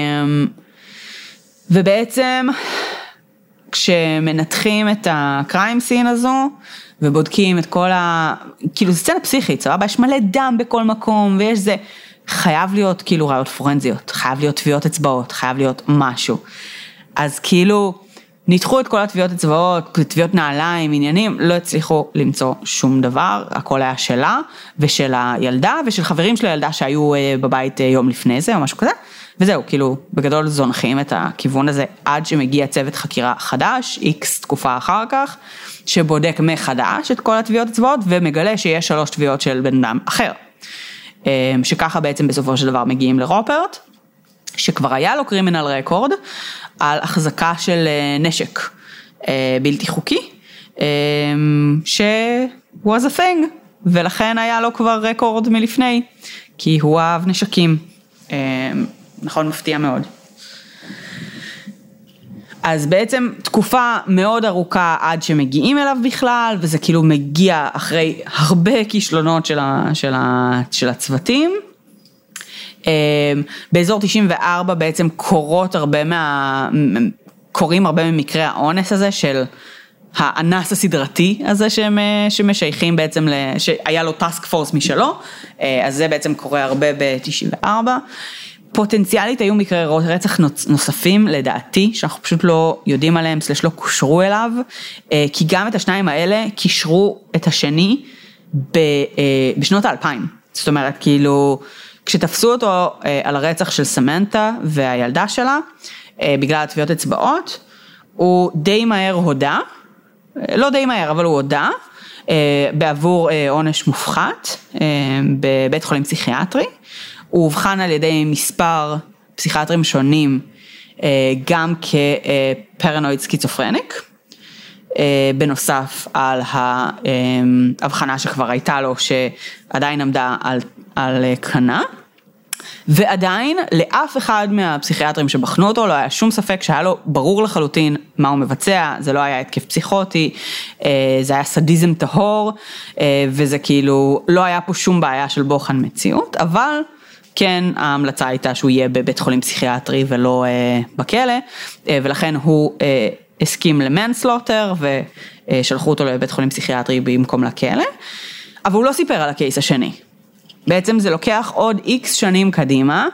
ובעצם, כשמנתחים את הקריים סין הזו, ובודקים את כל ה... כאילו זה סצנה פסיכית, סבבה? יש מלא דם בכל מקום, ויש זה... חייב להיות כאילו ראיות פורנזיות, חייב להיות טביעות אצבעות, חייב להיות משהו. אז כאילו, ניתחו את כל הטביעות אצבעות, טביעות נעליים, עניינים, לא הצליחו למצוא שום דבר, הכל היה שלה, ושל הילדה, ושל חברים של הילדה שהיו בבית יום לפני זה, או משהו כזה, וזהו, כאילו, בגדול זונחים את הכיוון הזה, עד שמגיע צוות חקירה חדש, איקס תקופה אחר כך, שבודק מחדש את כל הטביעות אצבעות, ומגלה שיש שלוש טביעות של בן אדם אחר. שככה בעצם בסופו של דבר מגיעים לרופרט, שכבר היה לו קרימינל רקורד, על החזקה של נשק בלתי חוקי, ש- was a thing, ולכן היה לו כבר רקורד מלפני, כי הוא אהב נשקים, נכון, מפתיע מאוד. אז בעצם תקופה מאוד ארוכה עד שמגיעים אליו בכלל, וזה כאילו מגיע אחרי הרבה כישלונות של, ה, של, ה, של הצוותים. באזור תשעים וארבע בעצם קורות הרבה מה, קורים הרבה ממקרי האונס הזה של האנס הסדרתי הזה שהם, שמשייכים בעצם, שהיה לו טאסק פורס משלו, אז זה בעצם קורה הרבה ב-תשעים וארבע. פוטנציאלית היו מקרי רצח נוספים לדעתי, שאנחנו פשוט לא יודעים עליהם, סלש לא קושרו אליו, כי גם את השניים האלה קישרו את השני בשנות האלפיים. זאת אומרת, כאילו, כשתפסו אותו על הרצח של סמנטה והילדה שלה, בגלל התביעות אצבעות, הוא די מהר הודה, לא די מהר, אבל הוא הודה, בעבור עונש מופחת, בבית חולים פסיכיאטרי, הוא הובחן על ידי מספר פסיכיאטרים שונים, גם כפרנואיד סקיצופרניק, בנוסף על ההבחנה שכבר הייתה לו, שעדיין עמדה על, על קנה, ועדיין לאף אחד מהפסיכיאטרים שבחנו אותו, לא היה שום ספק שהיה לו ברור לחלוטין מה הוא מבצע, זה לא היה התקף פסיכוטי, זה היה סדיזם טהור, וזה כאילו, לא היה פה שום בעיה של בוחן מציאות, אבל כן, ההמלצה הייתה שהוא יהיה בבית חולים פסיכיאטרי ולא בכלא, ולכן הוא הסכים למנסלוטר, ושלחו אותו לבית חולים פסיכיאטרי במקום לכלא, אבל הוא לא סיפר על הקייס השני. בעצם זה לוקח עוד איקס שנים קדימה,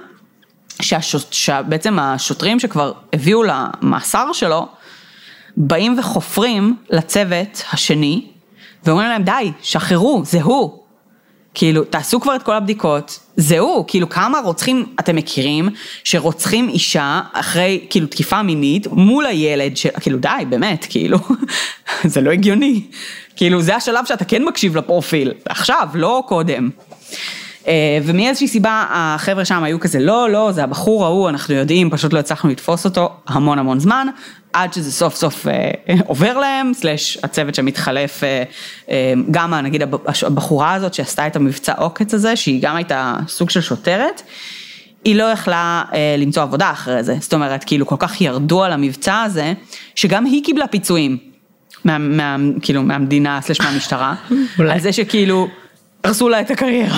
שבעצם השוטרים שכבר הביאו למאסר שלו, באים וחופרים לצוות השני, ואומרים להם די, שחררו, זה הוא. כאילו, תעשו כבר את כל הבדיקות, זהו, כאילו כמה רוצחים אתם מכירים, שרוצחים אישה אחרי כאילו תקיפה מינית, מול הילד, של, כאילו די, באמת, כאילו, זה לא הגיוני, כאילו זה השלב שאתה כן מקשיב לפרופיל, עכשיו, לא קודם. ומאיזושהי סיבה החבר'ה שם היו כזה, לא, לא, זה הבחור ההוא, אנחנו יודעים, פשוט לא הצלחנו לתפוס אותו המון המון זמן, עד שזה סוף סוף עובר להם, סלש הצוות שמתחלף, גם נגיד הבחורה הזאת שעשתה את המבצע עוקץ הזה, שהיא גם הייתה סוג של שוטרת, היא לא יכלה למצוא עבודה אחרי זה, זאת אומרת, כאילו כל כך ירדו על המבצע הזה, שגם היא קיבלה פיצויים, מה, מה, כאילו מהמדינה, סלש מהמשטרה, על זה שכאילו הרסו לה את הקריירה.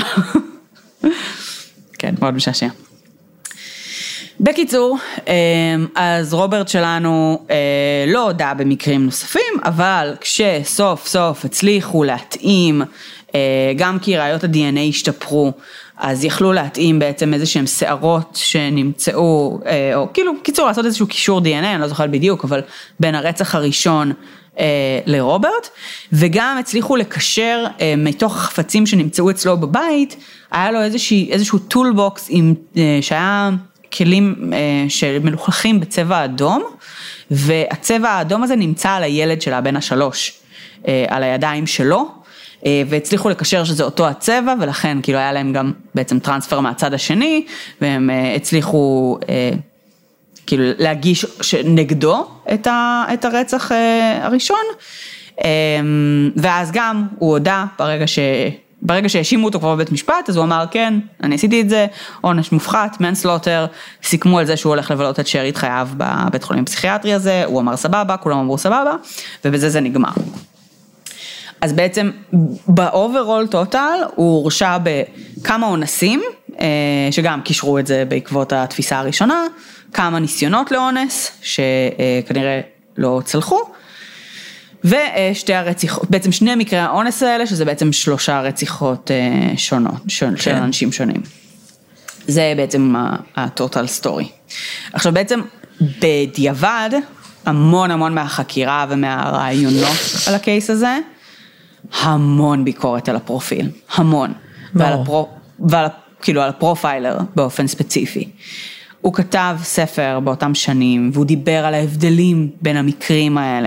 כן, מאוד משעשע. בקיצור, אז רוברט שלנו לא הודע במקרים נוספים, אבל כשסוף סוף הצליחו להתאים, גם כי ראיות ה-די אן איי השתפרו, אז יכלו להתאים בעצם איזה שהם שערות שנמצאו, או כאילו, קיצור, לעשות איזשהו קישור די אן איי, אני לא זוכרת בדיוק, אבל בין הרצח הראשון לרוברט, וגם הצליחו לקשר מתוך החפצים שנמצאו אצלו בבית, היה לו איזשהו, איזשהו טולבוקס עם, שהיה כלים שמלוכלכים בצבע אדום, והצבע האדום הזה נמצא על הילד שלה, בן השלוש, על הידיים שלו, והצליחו לקשר שזה אותו הצבע, ולכן כאילו היה להם גם בעצם טרנספר מהצד השני, והם הצליחו כאילו להגיש נגדו את, ה, את הרצח הראשון, ואז גם הוא הודע ברגע ש... ברגע שהאשימו אותו כבר בבית משפט, אז הוא אמר, כן, אני עשיתי את זה, עונש מופחת, מנסלוטר, סיכמו על זה שהוא הולך לבלות את שארית חייו בבית חולים פסיכיאטרי הזה, הוא אמר סבבה, כולם אמרו סבבה, ובזה זה נגמר. אז בעצם, באוברול טוטל, הוא הורשע בכמה עונסים, שגם קישרו את זה בעקבות התפיסה הראשונה, כמה ניסיונות לאונס, שכנראה לא צלחו, ושתי הרציחות, בעצם שני מקרי האונס האלה, שזה בעצם שלושה רציחות שונות, של כן. אנשים שונים. זה בעצם הטוטל סטורי. עכשיו בעצם בדיעבד, המון המון מהחקירה ומהרעיונות על הקייס הזה, המון ביקורת על הפרופיל, המון. ועל, הפרו, ועל כאילו על הפרופיילר באופן ספציפי. הוא כתב ספר באותם שנים, והוא דיבר על ההבדלים בין המקרים האלה,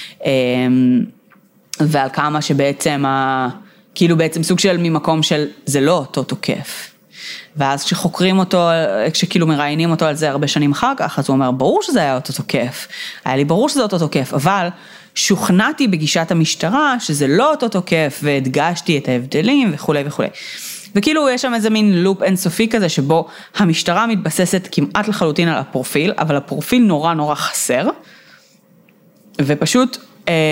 ועל כמה שבעצם, כאילו בעצם סוג של ממקום של זה לא אותו תוקף. ואז כשחוקרים אותו, כשכאילו מראיינים אותו על זה הרבה שנים אחר כך, אז הוא אומר, ברור שזה היה אותו תוקף, היה לי ברור שזה אותו תוקף, אבל שוכנעתי בגישת המשטרה שזה לא אותו תוקף, והדגשתי את ההבדלים וכו' וכו'. וכאילו יש שם איזה מין לופ אינסופי כזה, שבו המשטרה מתבססת כמעט לחלוטין על הפרופיל, אבל הפרופיל נורא נורא חסר, ופשוט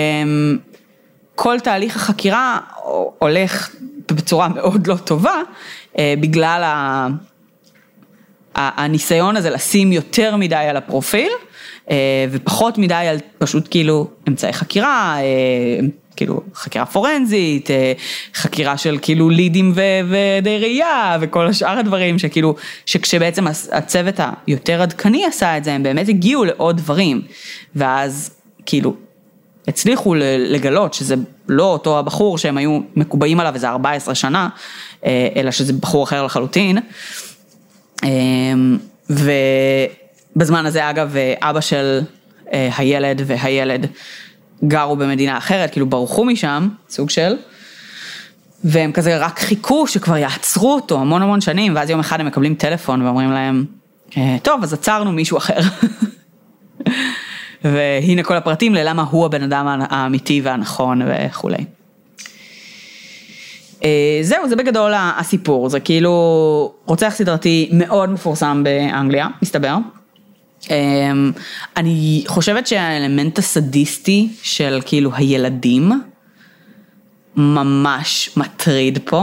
כל תהליך החקירה הולך בצורה מאוד לא טובה, בגלל הניסיון הזה לשים יותר מדי על הפרופיל, ופחות מדי על פשוט כאילו אמצעי חקירה, כאילו חקירה פורנזית, חקירה של כאילו לידים ודי ראייה, וכל השאר הדברים שכאילו, שכשבעצם הצוות היותר עדכני עשה את זה, הם באמת הגיעו לעוד דברים, ואז כאילו הצליחו לגלות שזה לא אותו הבחור שהם היו מקובעים עליו איזה ארבע עשרה שנה, אלא שזה בחור אחר לחלוטין, ובזמן הזה אגב אבא של הילד והילד גרו במדינה אחרת, כאילו ברחו משם, סוג של, והם כזה רק חיכו שכבר יעצרו אותו המון המון שנים, ואז יום אחד הם מקבלים טלפון ואומרים להם, טוב אז עצרנו מישהו אחר, והנה כל הפרטים ללמה הוא הבן אדם האמיתי והנכון וכו'. זהו, זה בגדול הסיפור, זה כאילו רוצח סדרתי מאוד מפורסם באנגליה, מסתבר. אני חושבת שהאלמנט הסדיסטי של כאילו הילדים ממש מטריד פה.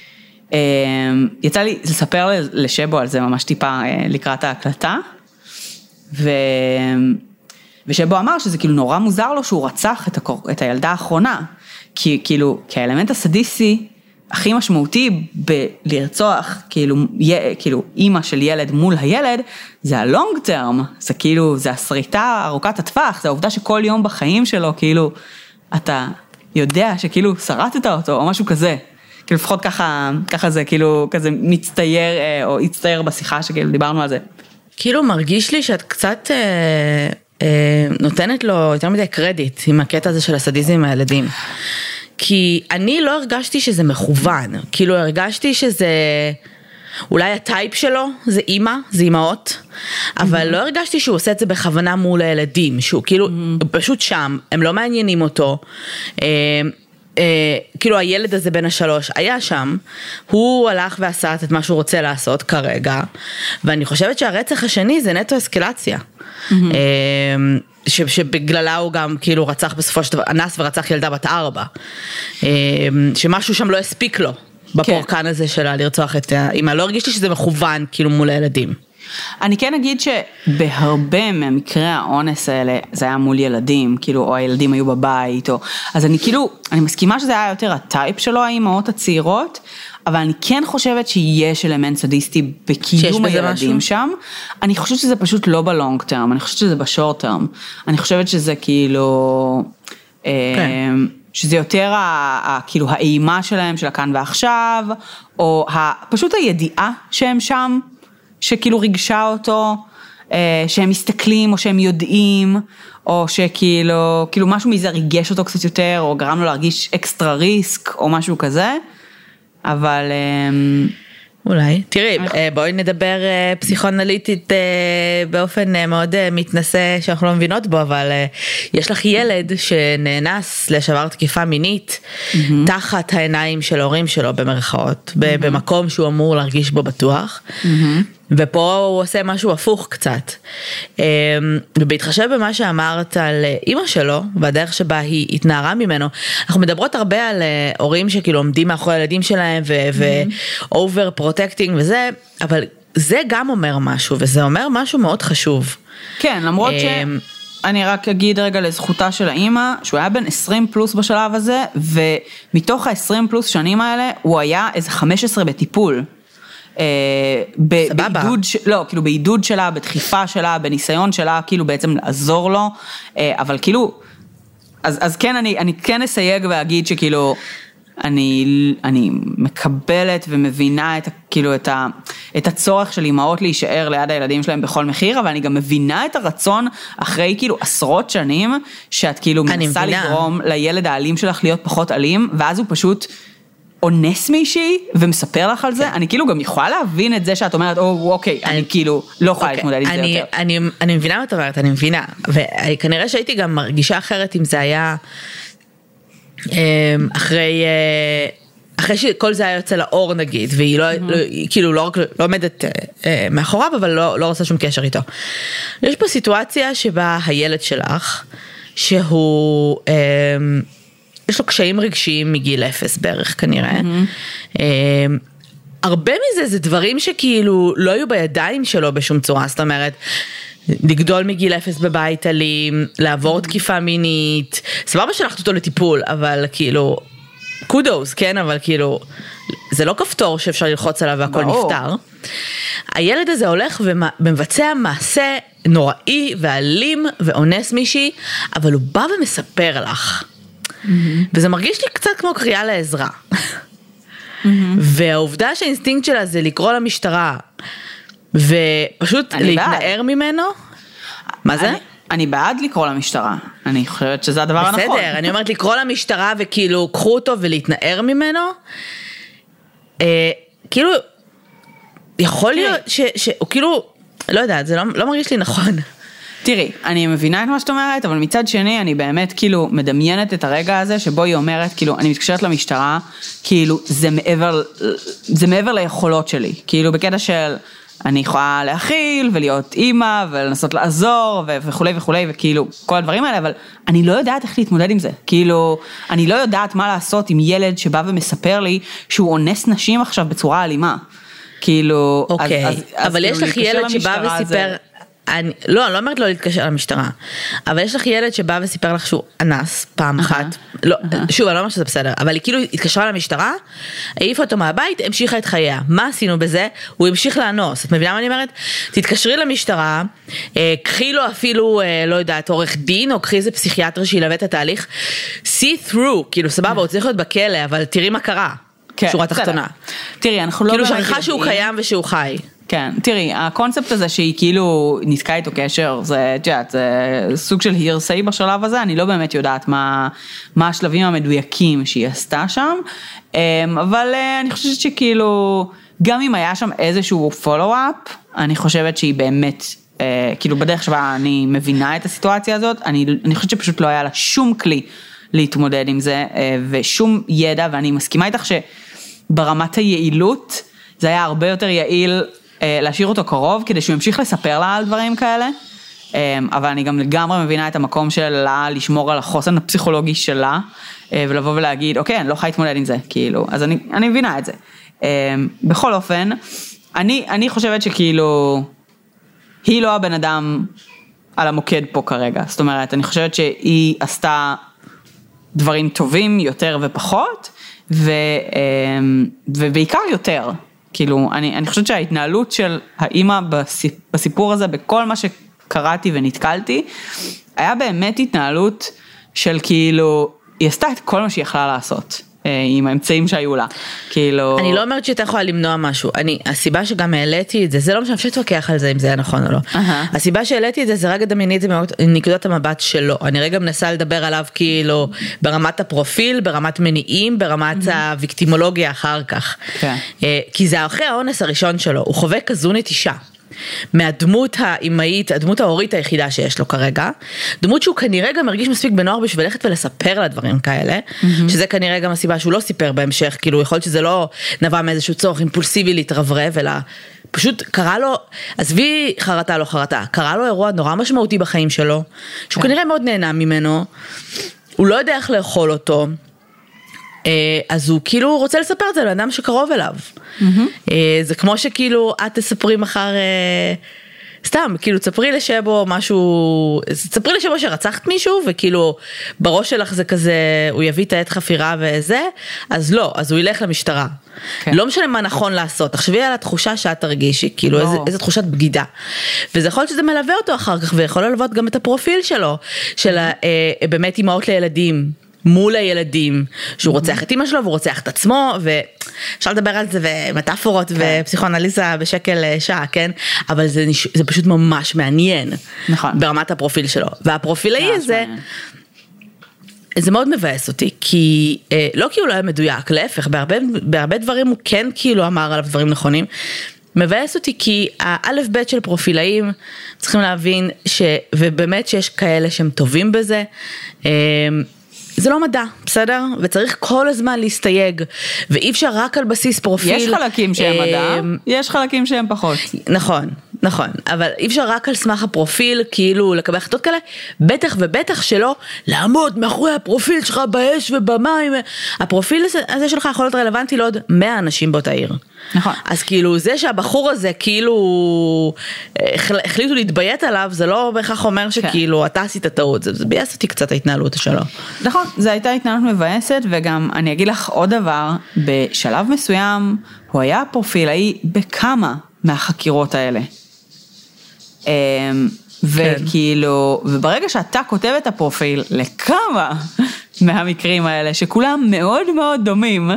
יצא לי לספר לשבו על זה ממש טיפה לקראת ההקלטה, ו... ושבו אמר שזה כאילו נורא מוזר לו שהוא רצח את, הקור... את הילדה האחרונה, כי כאילו כאלמנט הסדיסטי הכי משמעותי בלרצוח כאילו, כאילו אימא של ילד מול הילד, זה הלונג טרם, זה כאילו, זה הסריטה ארוכת הטווח, זה העובדה שכל יום בחיים שלו, כאילו, אתה יודע שכאילו שרטת אותו, או משהו כזה, כאילו לפחות ככה, ככה זה כאילו, כזה מצטייר, או הצטייר בשיחה שכאילו דיברנו על זה. כאילו מרגיש לי שאת קצת אה, אה, נותנת לו יותר מדי קרדיט, עם הקטע הזה של הסדיזם עם הילדים. כי אני לא הרגשתי שזה מכוון, כאילו הרגשתי שזה, אולי הטייפ שלו זה אימא, זה אימהות, אבל לא הרגשתי שהוא עושה את זה בכוונה מול הילדים, שהוא כאילו פשוט שם, הם לא מעניינים אותו, כאילו הילד הזה בין השלוש היה שם, הוא הלך ועשה את מה שהוא רוצה לעשות כרגע, ואני חושבת שהרצח השני זה נטו אסקלציה. שבגללה הוא גם כאילו רצח בסופו של דבר, אנס ורצח ילדה בת ארבע, שמשהו שם לא הספיק לו, בפורקן הזה שלה לרצוח את האמא, לא הרגיש לי שזה מכוון כאילו מול הילדים. אני כן אגיד שבהרבה מהמקרי האונס האלה, זה היה מול ילדים, כאילו, או הילדים היו בבית, או, אז אני כאילו, אני מסכימה שזה היה יותר הטייפ שלו, האמהות הצעירות, אבל אני כן חושבת שיש אלמנט סדיסטי בקיום הילדים משהו? שם, אני חושבת שזה פשוט לא בלונג טרם, אני חושבת שזה בשורט טרם, אני חושבת שזה כאילו, כן. שזה יותר ה, כאילו האימה שלהם, של הכאן ועכשיו, או פשוט הידיעה שהם שם, שכאילו ריגשה אותו, שהם מסתכלים, או שהם יודעים, או שכאילו, כאילו משהו מזה ריגש אותו קצת יותר, או גרם לו להרגיש אקסטרה ריסק, או משהו כזה, אבל אולי, תראי, בואי נדבר פסיכואנליטית באופן מאוד מתנשא שאנחנו לא מבינות בו, אבל יש לך ילד שנאנס לשעבר תקיפה מינית תחת העיניים של ההורים שלו במרכאות, במקום שהוא אמור להרגיש בו בטוח, ופה הוא עושה משהו הפוך קצת. ובהתחשב במה שאמרת על אמא שלו, והדרך שבה היא התנערה ממנו, אנחנו מדברות הרבה על הורים שכאילו עומדים מאחורי הילדים שלהם, ו-over protecting וזה, אבל זה גם אומר משהו, וזה אומר משהו מאוד חשוב. כן, למרות ש... אני רק אגיד רגע לזכותה של האמא, שהוא היה בן עשרים פלוס בשלב הזה, ומתוך ה-עשרים פלוס שנים האלה, הוא היה איזה חמש עשרה בטיפול. בעידוד, לא, כאילו בעידוד שלה, בדחיפה שלה, בניסיון שלה, כאילו בעצם לעזור לו, אבל כאילו, אז, אז כן, אני, אני כן אסייג ואגיד שכאילו, אני, אני מקבלת ומבינה את, כאילו, את ה, את הצורך של אמהות להישאר ליד הילדים שלהם בכל מחיר, אבל אני גם מבינה את הרצון אחרי כאילו עשרות שנים, שאת כאילו מנסה לגרום לילד האלים שלך להיות פחות אלים, ואז הוא פשוט אונס מישהי ומספר לך על זה, אני כאילו גם יכולה להבין את זה שאת אומרת, אוקיי, אני כאילו לא יכולה להתמודד עם זה יותר. אני מבינה מה את אומרת, אני מבינה, וכנראה שהייתי גם מרגישה אחרת אם זה היה אחרי, אחרי שכל זה היה יוצא לאור נגיד, והיא לא, כאילו לא לא עומדת מאחוריו, אבל לא, לא רוצה שום קשר איתו. יש פה סיטואציה שבה הילד שלך, שהוא... יש לו קשיים רגשיים מגיל אפס בערך כנראה. הרבה מזה זה דברים שכאילו לא היו בידיים שלו בשום צורה, זאת אומרת, לגדול מגיל אפס בבית אלים, לעבור תקיפה מינית, סבבה שלחת אותו לטיפול, אבל כאילו, קודוס, כן, אבל כאילו, זה לא כפתור שאפשר ללחוץ עליו והכל נפטר. הילד הזה הולך ומבצע מעשה נוראי ואלים ואונס מישהי, אבל הוא בא ומספר לך. וזה מרגיש לי קצת כמו קריאה לעזרה. והעובדה שהאינסטינקט שלה זה לקרוא למשטרה, ופשוט להתנער ממנו. מה זה? אני בעד לקרוא למשטרה, אני חושבת שזה הדבר הנכון. בסדר, אני אומרת לקרוא למשטרה וכאילו קחו אותו ולהתנער ממנו, כאילו, יכול להיות שהוא כאילו, לא יודעת, זה לא מרגיש לי נכון. תראי, אני מבינה את מה שאת אומרת, אבל מצד שני אני באמת כאילו מדמיינת את הרגע הזה שבו היא אומרת, כאילו, אני מתקשרת למשטרה, כאילו, זה מעבר, זה מעבר ליכולות שלי, כאילו, בקטע של אני יכולה להכיל ולהיות אימא ולנסות לעזור וכולי וכולי וכאילו כל הדברים האלה, אבל אני לא יודעת איך להתמודד עם זה. כאילו, אני לא יודעת מה לעשות עם ילד שבא ומספר לי שהוא אונס נשים עכשיו בצורה אלימה. כאילו, אוקיי, אז, אז, אבל אז יש לך ילד שבא וסיפר... זה... אני, לא, אני לא אומרת לא להתקשר למשטרה, אבל יש לך ילד שבא וסיפר לך שהוא אנס פעם אחת, לא, שוב, אני לא אומרת שזה בסדר, אבל היא כאילו התקשרה למשטרה, העיפה אותו מהבית, המשיכה את חייה. מה עשינו בזה? הוא המשיך לאנוס. את מבינה מה אני אומרת? תתקשרי למשטרה, קחי לו אפילו, לא יודעת, עורך דין, או קחי איזה פסיכיאטר שילווה את התהליך, see through, כאילו סבבה, הוא צריך להיות בכלא, אבל תראי מה קרה, שורה תחתונה. תראי, אנחנו לא... כאילו שכחה שהוא קיים ושהוא חי. כן, תראי, הקונספט הזה שהיא כאילו ניתקה איתו קשר, זה, תשעת, זה סוג של הירסאי בשלב הזה, אני לא באמת יודעת מה, מה השלבים המדויקים שהיא עשתה שם, אבל אני חושבת שכאילו, גם אם היה שם איזשהו פולו-אפ, אני חושבת שהיא באמת, כאילו בדרך שבה אני מבינה את הסיטואציה הזאת, אני, אני חושבת שפשוט לא היה לה שום כלי להתמודד עם זה, ושום ידע, ואני מסכימה איתך שברמת היעילות, זה היה הרבה יותר יעיל להשאיר אותו קרוב, כדי שהוא ימשיך לספר לה על דברים כאלה, אבל אני גם לגמרי מבינה את המקום שלה, לשמור על החוסן הפסיכולוגי שלה, ולבוא ולהגיד, אוקיי, אני לא יכולה להתמודד עם זה, כאילו, אז אני, אני מבינה את זה. בכל אופן, אני, אני חושבת שכאילו, היא לא הבן אדם על המוקד פה כרגע, זאת אומרת, אני חושבת שהיא עשתה דברים טובים יותר ופחות, ו, ובעיקר יותר, כאילו, אני, אני חושבת שההתנהלות של האמא בסיפור הזה, בכל מה שקראתי ונתקלתי, היה באמת התנהלות של כאילו, היא עשתה את כל מה שהיא יכלה לעשות, עם האמצעים שהיו לה, כאילו... אני לא אומרת שאתה יכולה למנוע משהו, אני, הסיבה שגם העליתי את זה, זה לא משנה, אפשר להתווכח על זה אם זה היה נכון או לא. הסיבה שהעליתי את זה, זה רגע דמייני את זה מנקודת המבט שלו, אני רגע מנסה לדבר עליו כאילו, ברמת הפרופיל, ברמת מניעים, ברמת הוויקטימולוגיה אחר כך. כי זה אחרי האונס הראשון שלו, הוא חווה כזו נטישה. מהדמות האימהית, הדמות ההורית היחידה שיש לו כרגע, דמות שהוא כנראה גם מרגיש מספיק בנוער בשביל ללכת ולספר לה דברים כאלה, mm-hmm. שזה כנראה גם הסיבה שהוא לא סיפר בהמשך, כאילו יכול להיות שזה לא נבע מאיזשהו צורך אימפולסיבי להתרברב, אלא פשוט קרה לו, עזבי חרטה לא חרטה, קרה לו אירוע נורא משמעותי בחיים שלו, שהוא כנראה מאוד נהנה ממנו, הוא לא יודע איך לאכול אותו, אז הוא כאילו רוצה לספר את זה לאדם שקרוב אליו. זה כמו שכאילו את תספרי מחר, סתם, כאילו תספרי לשבו משהו, תספרי לשבו שרצחת מישהו, וכאילו בראש שלך זה כזה, הוא יביא את העת חפירה וזה, אז לא, אז הוא ילך למשטרה. לא משנה מה נכון לעשות, תחשבי על התחושה שאת תרגישי, כאילו איזה, איזה תחושת בגידה. וזה יכול להיות שזה מלווה אותו אחר כך, ויכול ללוות גם את הפרופיל שלו, של באמת אימהות לילדים, מול הילדים, שהוא רוצח את אמא שלו, והוא רוצח את עצמו, ואפשר לדבר על זה, ומטאפורות, ופסיכואנליזה בשקל שעה, כן? אבל זה, זה פשוט ממש מעניין, נכון. ברמת הפרופיל שלו. והפרופילאי הזה, זה מאוד מבאס אותי, כי, לא כי הוא לא היה מדויק, להפך, בהרבה, בהרבה דברים הוא כן כאילו אמר עליו דברים נכונים, מבאס אותי כי האלף בית של פרופילאים, צריכים להבין, ש, ובאמת שיש כאלה שהם טובים בזה, זה לא מדע, בסדר? וצריך כל הזמן להסתייג, ואי אפשר רק על בסיס פרופיל. יש חלקים שהם מדע, יש חלקים שהם פחות. נכון, נכון, אבל אי אפשר רק על סמך הפרופיל, כאילו לקבל החלטות כאלה, בטח ובטח שלא לעמוד מאחורי הפרופיל שלך באש ובמים, הפרופיל הזה שלך יכול להיות רלוונטי לעוד מאה אנשים באותה עיר. נכון. אז כאילו זה שהבחור הזה כאילו החליטו להתביית עליו, זה לא בהכרח אומר שכאילו אתה עשית טעות, זה ביאס אותי קצת ההתנהלות שלו. נכון, זו הייתה התנהלות מבאסת, וגם אני אגיד לך עוד דבר, בשלב מסוים הוא היה פרופילאי בכמה מהחקירות האלה. וכאילו, וברגע שאתה כותב את הפרופיל לכמה מהמקרים האלה, שכולם מאוד מאוד דומים,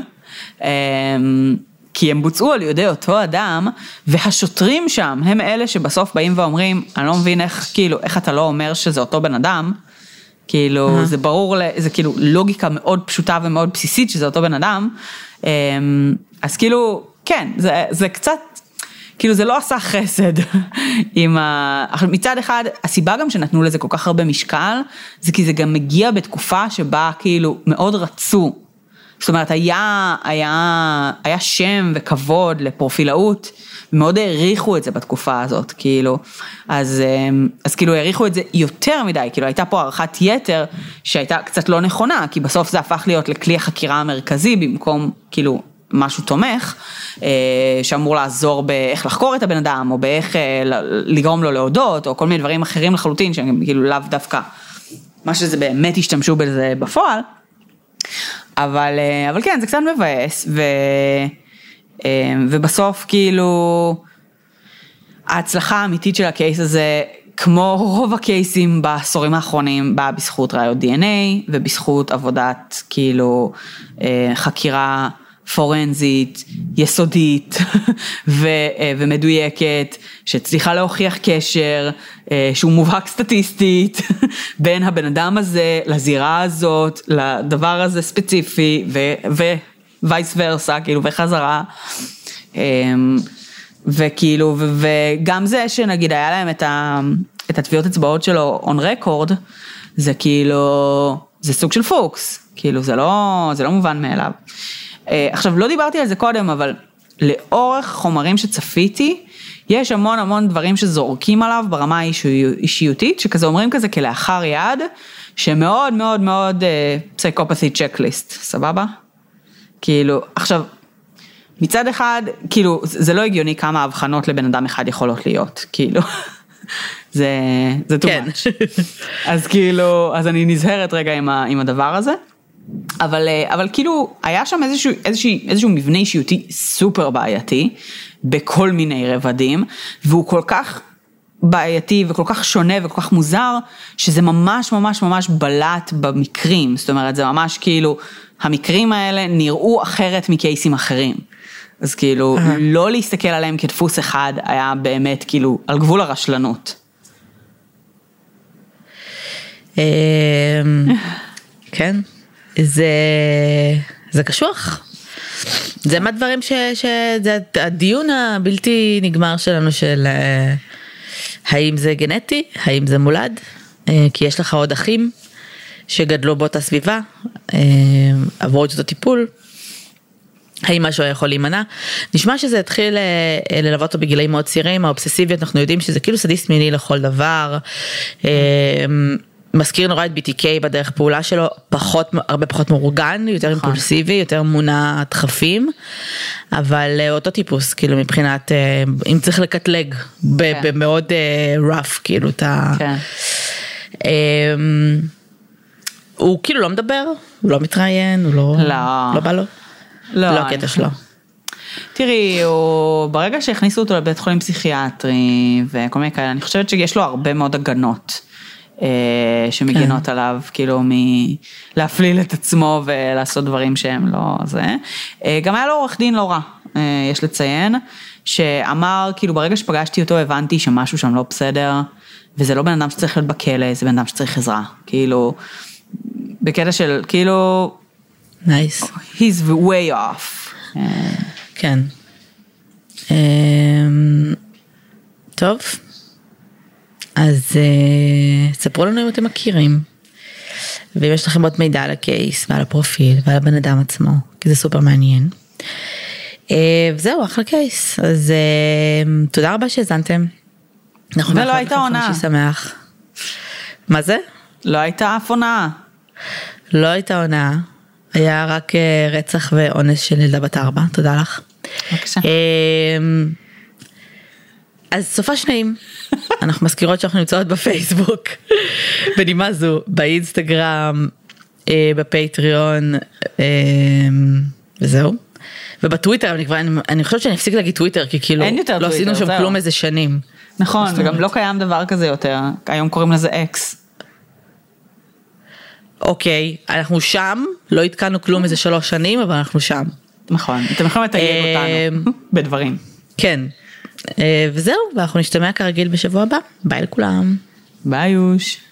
כי הם בוצעו על ידי אותו אדם, והשוטרים שם הם אלה שבסוף באים ואומרים, אני לא מבין איך, כאילו, איך אתה לא אומר שזה אותו בן אדם, כאילו, זה ברור, זה כאילו לוגיקה מאוד פשוטה ומאוד בסיסית שזה אותו בן אדם, אז כאילו, כן, זה, זה קצת, כאילו זה לא עשה חסד עם ה... מצד אחד, הסיבה גם שנתנו לזה כל כך הרבה משקל, זה כי זה גם מגיע בתקופה שבה כאילו מאוד רצו, זאת אומרת, היה, היה, היה שם וכבוד לפרופילאות, מאוד העריכו את זה בתקופה הזאת, כאילו, אז, אז כאילו העריכו את זה יותר מדי, כאילו הייתה פה הערכת יתר שהייתה קצת לא נכונה, כי בסוף זה הפך להיות לכלי החקירה המרכזי, במקום כאילו משהו תומך, שאמור לעזור באיך לחקור את הבן אדם, או באיך לגרום לו להודות, או כל מיני דברים אחרים לחלוטין, שהם כאילו לאו דווקא, מה שזה באמת השתמשו בזה בפועל, אבל, אבל כן, זה קצת מבאס, ו, ובסוף כאילו, ההצלחה האמיתית של הקייס הזה, כמו רוב הקייסים בעשורים האחרונים, באה בזכות ראיות די אן איי, ובזכות עבודת כאילו חקירה פורנזית, יסודית ו, ומדויקת, שצריכה להוכיח קשר, שהוא מובהק סטטיסטית, בין הבן אדם הזה לזירה הזאת, לדבר הזה ספציפי, ווייס ורסה, כאילו, וחזרה. וכאילו, וגם זה שנגיד היה להם את, ה, את התביעות אצבעות שלו on record, זה כאילו, זה סוג של פוקס, כאילו, זה לא, זה לא מובן מאליו. עכשיו, לא דיברתי על זה קודם, אבל לאורך חומרים שצפיתי, יש המון המון דברים שזורקים עליו ברמה האישיותית, שכזה אומרים כזה כלאחר יד, שמאוד מאוד מאוד פסייקופתי צ'קליסט, סבבה? כאילו, עכשיו, מצד אחד, כאילו, זה לא הגיוני כמה הבחנות לבן אדם אחד יכולות להיות, כאילו, זה, זה too much. אז כאילו, אז אני נזהרת רגע עם, ה, עם הדבר הזה, אבל, אבל כאילו, היה שם איזשהו, איזשהו, איזשהו מבנה אישיותי סופר בעייתי, בכל מיני רבדים, והוא כל כך בעייתי וכל כך שונה וכל כך מוזר, שזה ממש ממש ממש בלט במקרים, זאת אומרת, זה ממש כאילו, המקרים האלה נראו אחרת מקייסים אחרים, אז כאילו, לא להסתכל עליהם כדפוס אחד, היה באמת כאילו, על גבול הרשלנות. כן. זה, זה קשוח. זה מהדברים ש, שזה הדיון הבלתי נגמר שלנו של האם זה גנטי, האם זה מולד, כי יש לך עוד אחים שגדלו באותה סביבה, עברו את אותו טיפול, האם משהו יכול להימנע. נשמע שזה התחיל ללוות אותו בגילאים מאוד צעירים, האובססיביות, אנחנו יודעים שזה כאילו סדיסט מיני לכל דבר, מזכיר נורא את בי טי קיי בדרך פעולה שלו, פחות, הרבה פחות מאורגן, יותר אימפולסיבי, יותר מונע דחפים, אבל אותו טיפוס, כאילו מבחינת, אם צריך לקטלג, במאוד רף, כאילו, אתה... הוא כאילו לא מדבר, הוא לא מתראיין, הוא לא... לא בא לו? לא. לא הקטע שלו. תראי, הוא, ברגע שהכניסו אותו לבית חולים פסיכיאטרי, וכל מיני כאלה, אני חושבת שיש לו הרבה מאוד הגנות, שמגינות עליו, כאילו, מלהפליל את עצמו ולעשות דברים שהם לא זה. גם היה לו עורך דין לא רע, יש לציין, שאמר, כאילו, ברגע שפגשתי אותו, הבנתי שמשהו שם לא בסדר, וזה לא בן אדם שצריך להיות בכלא, זה בן אדם שצריך עזרה. כאילו, בקטע של, כאילו, nice. he's way off. כן. טוב. אז ספרו לנו אם אתם מכירים, ואם יש לכם עוד מידע על הקייס ועל הפרופיל ועל הבן אדם עצמו, כי זה סופר מעניין. וזהו, אחלה קייס. אז תודה רבה שהזנתם. אנחנו ולא מאחלות הייתה לכם עונה. חמישי שמח. מה זה? לא הייתה אף עונה. לא הייתה עונה, היה רק אה, רצח ואונס של ילדה בת ארבע, תודה לך. בבקשה. אמ, אז סופה שניים, אנחנו מזכירות שאנחנו נמצאות בפייסבוק, בנימה זו, באינסטגרם, אה, בפטריון, אה, וזהו. ובטוויטר, אני, כבר, אני, אני חושבת שאני אפסיק להגיד טוויטר, כי כאילו אין יותר לא טוויטר, עשינו שם זהו. כלום איזה שנים. נכון, וגם לא קיים דבר כזה יותר, היום קוראים לזה אקס. אוקיי, אנחנו שם, לא התקנו כלום איזה שלוש שנים, אבל אנחנו שם. נכון, אתם יכולים לתייג אותנו בדברים. כן, אה, וזהו, ואנחנו נשתמע כרגיל בשבוע הבא. ביי לכולם. ביי יוש.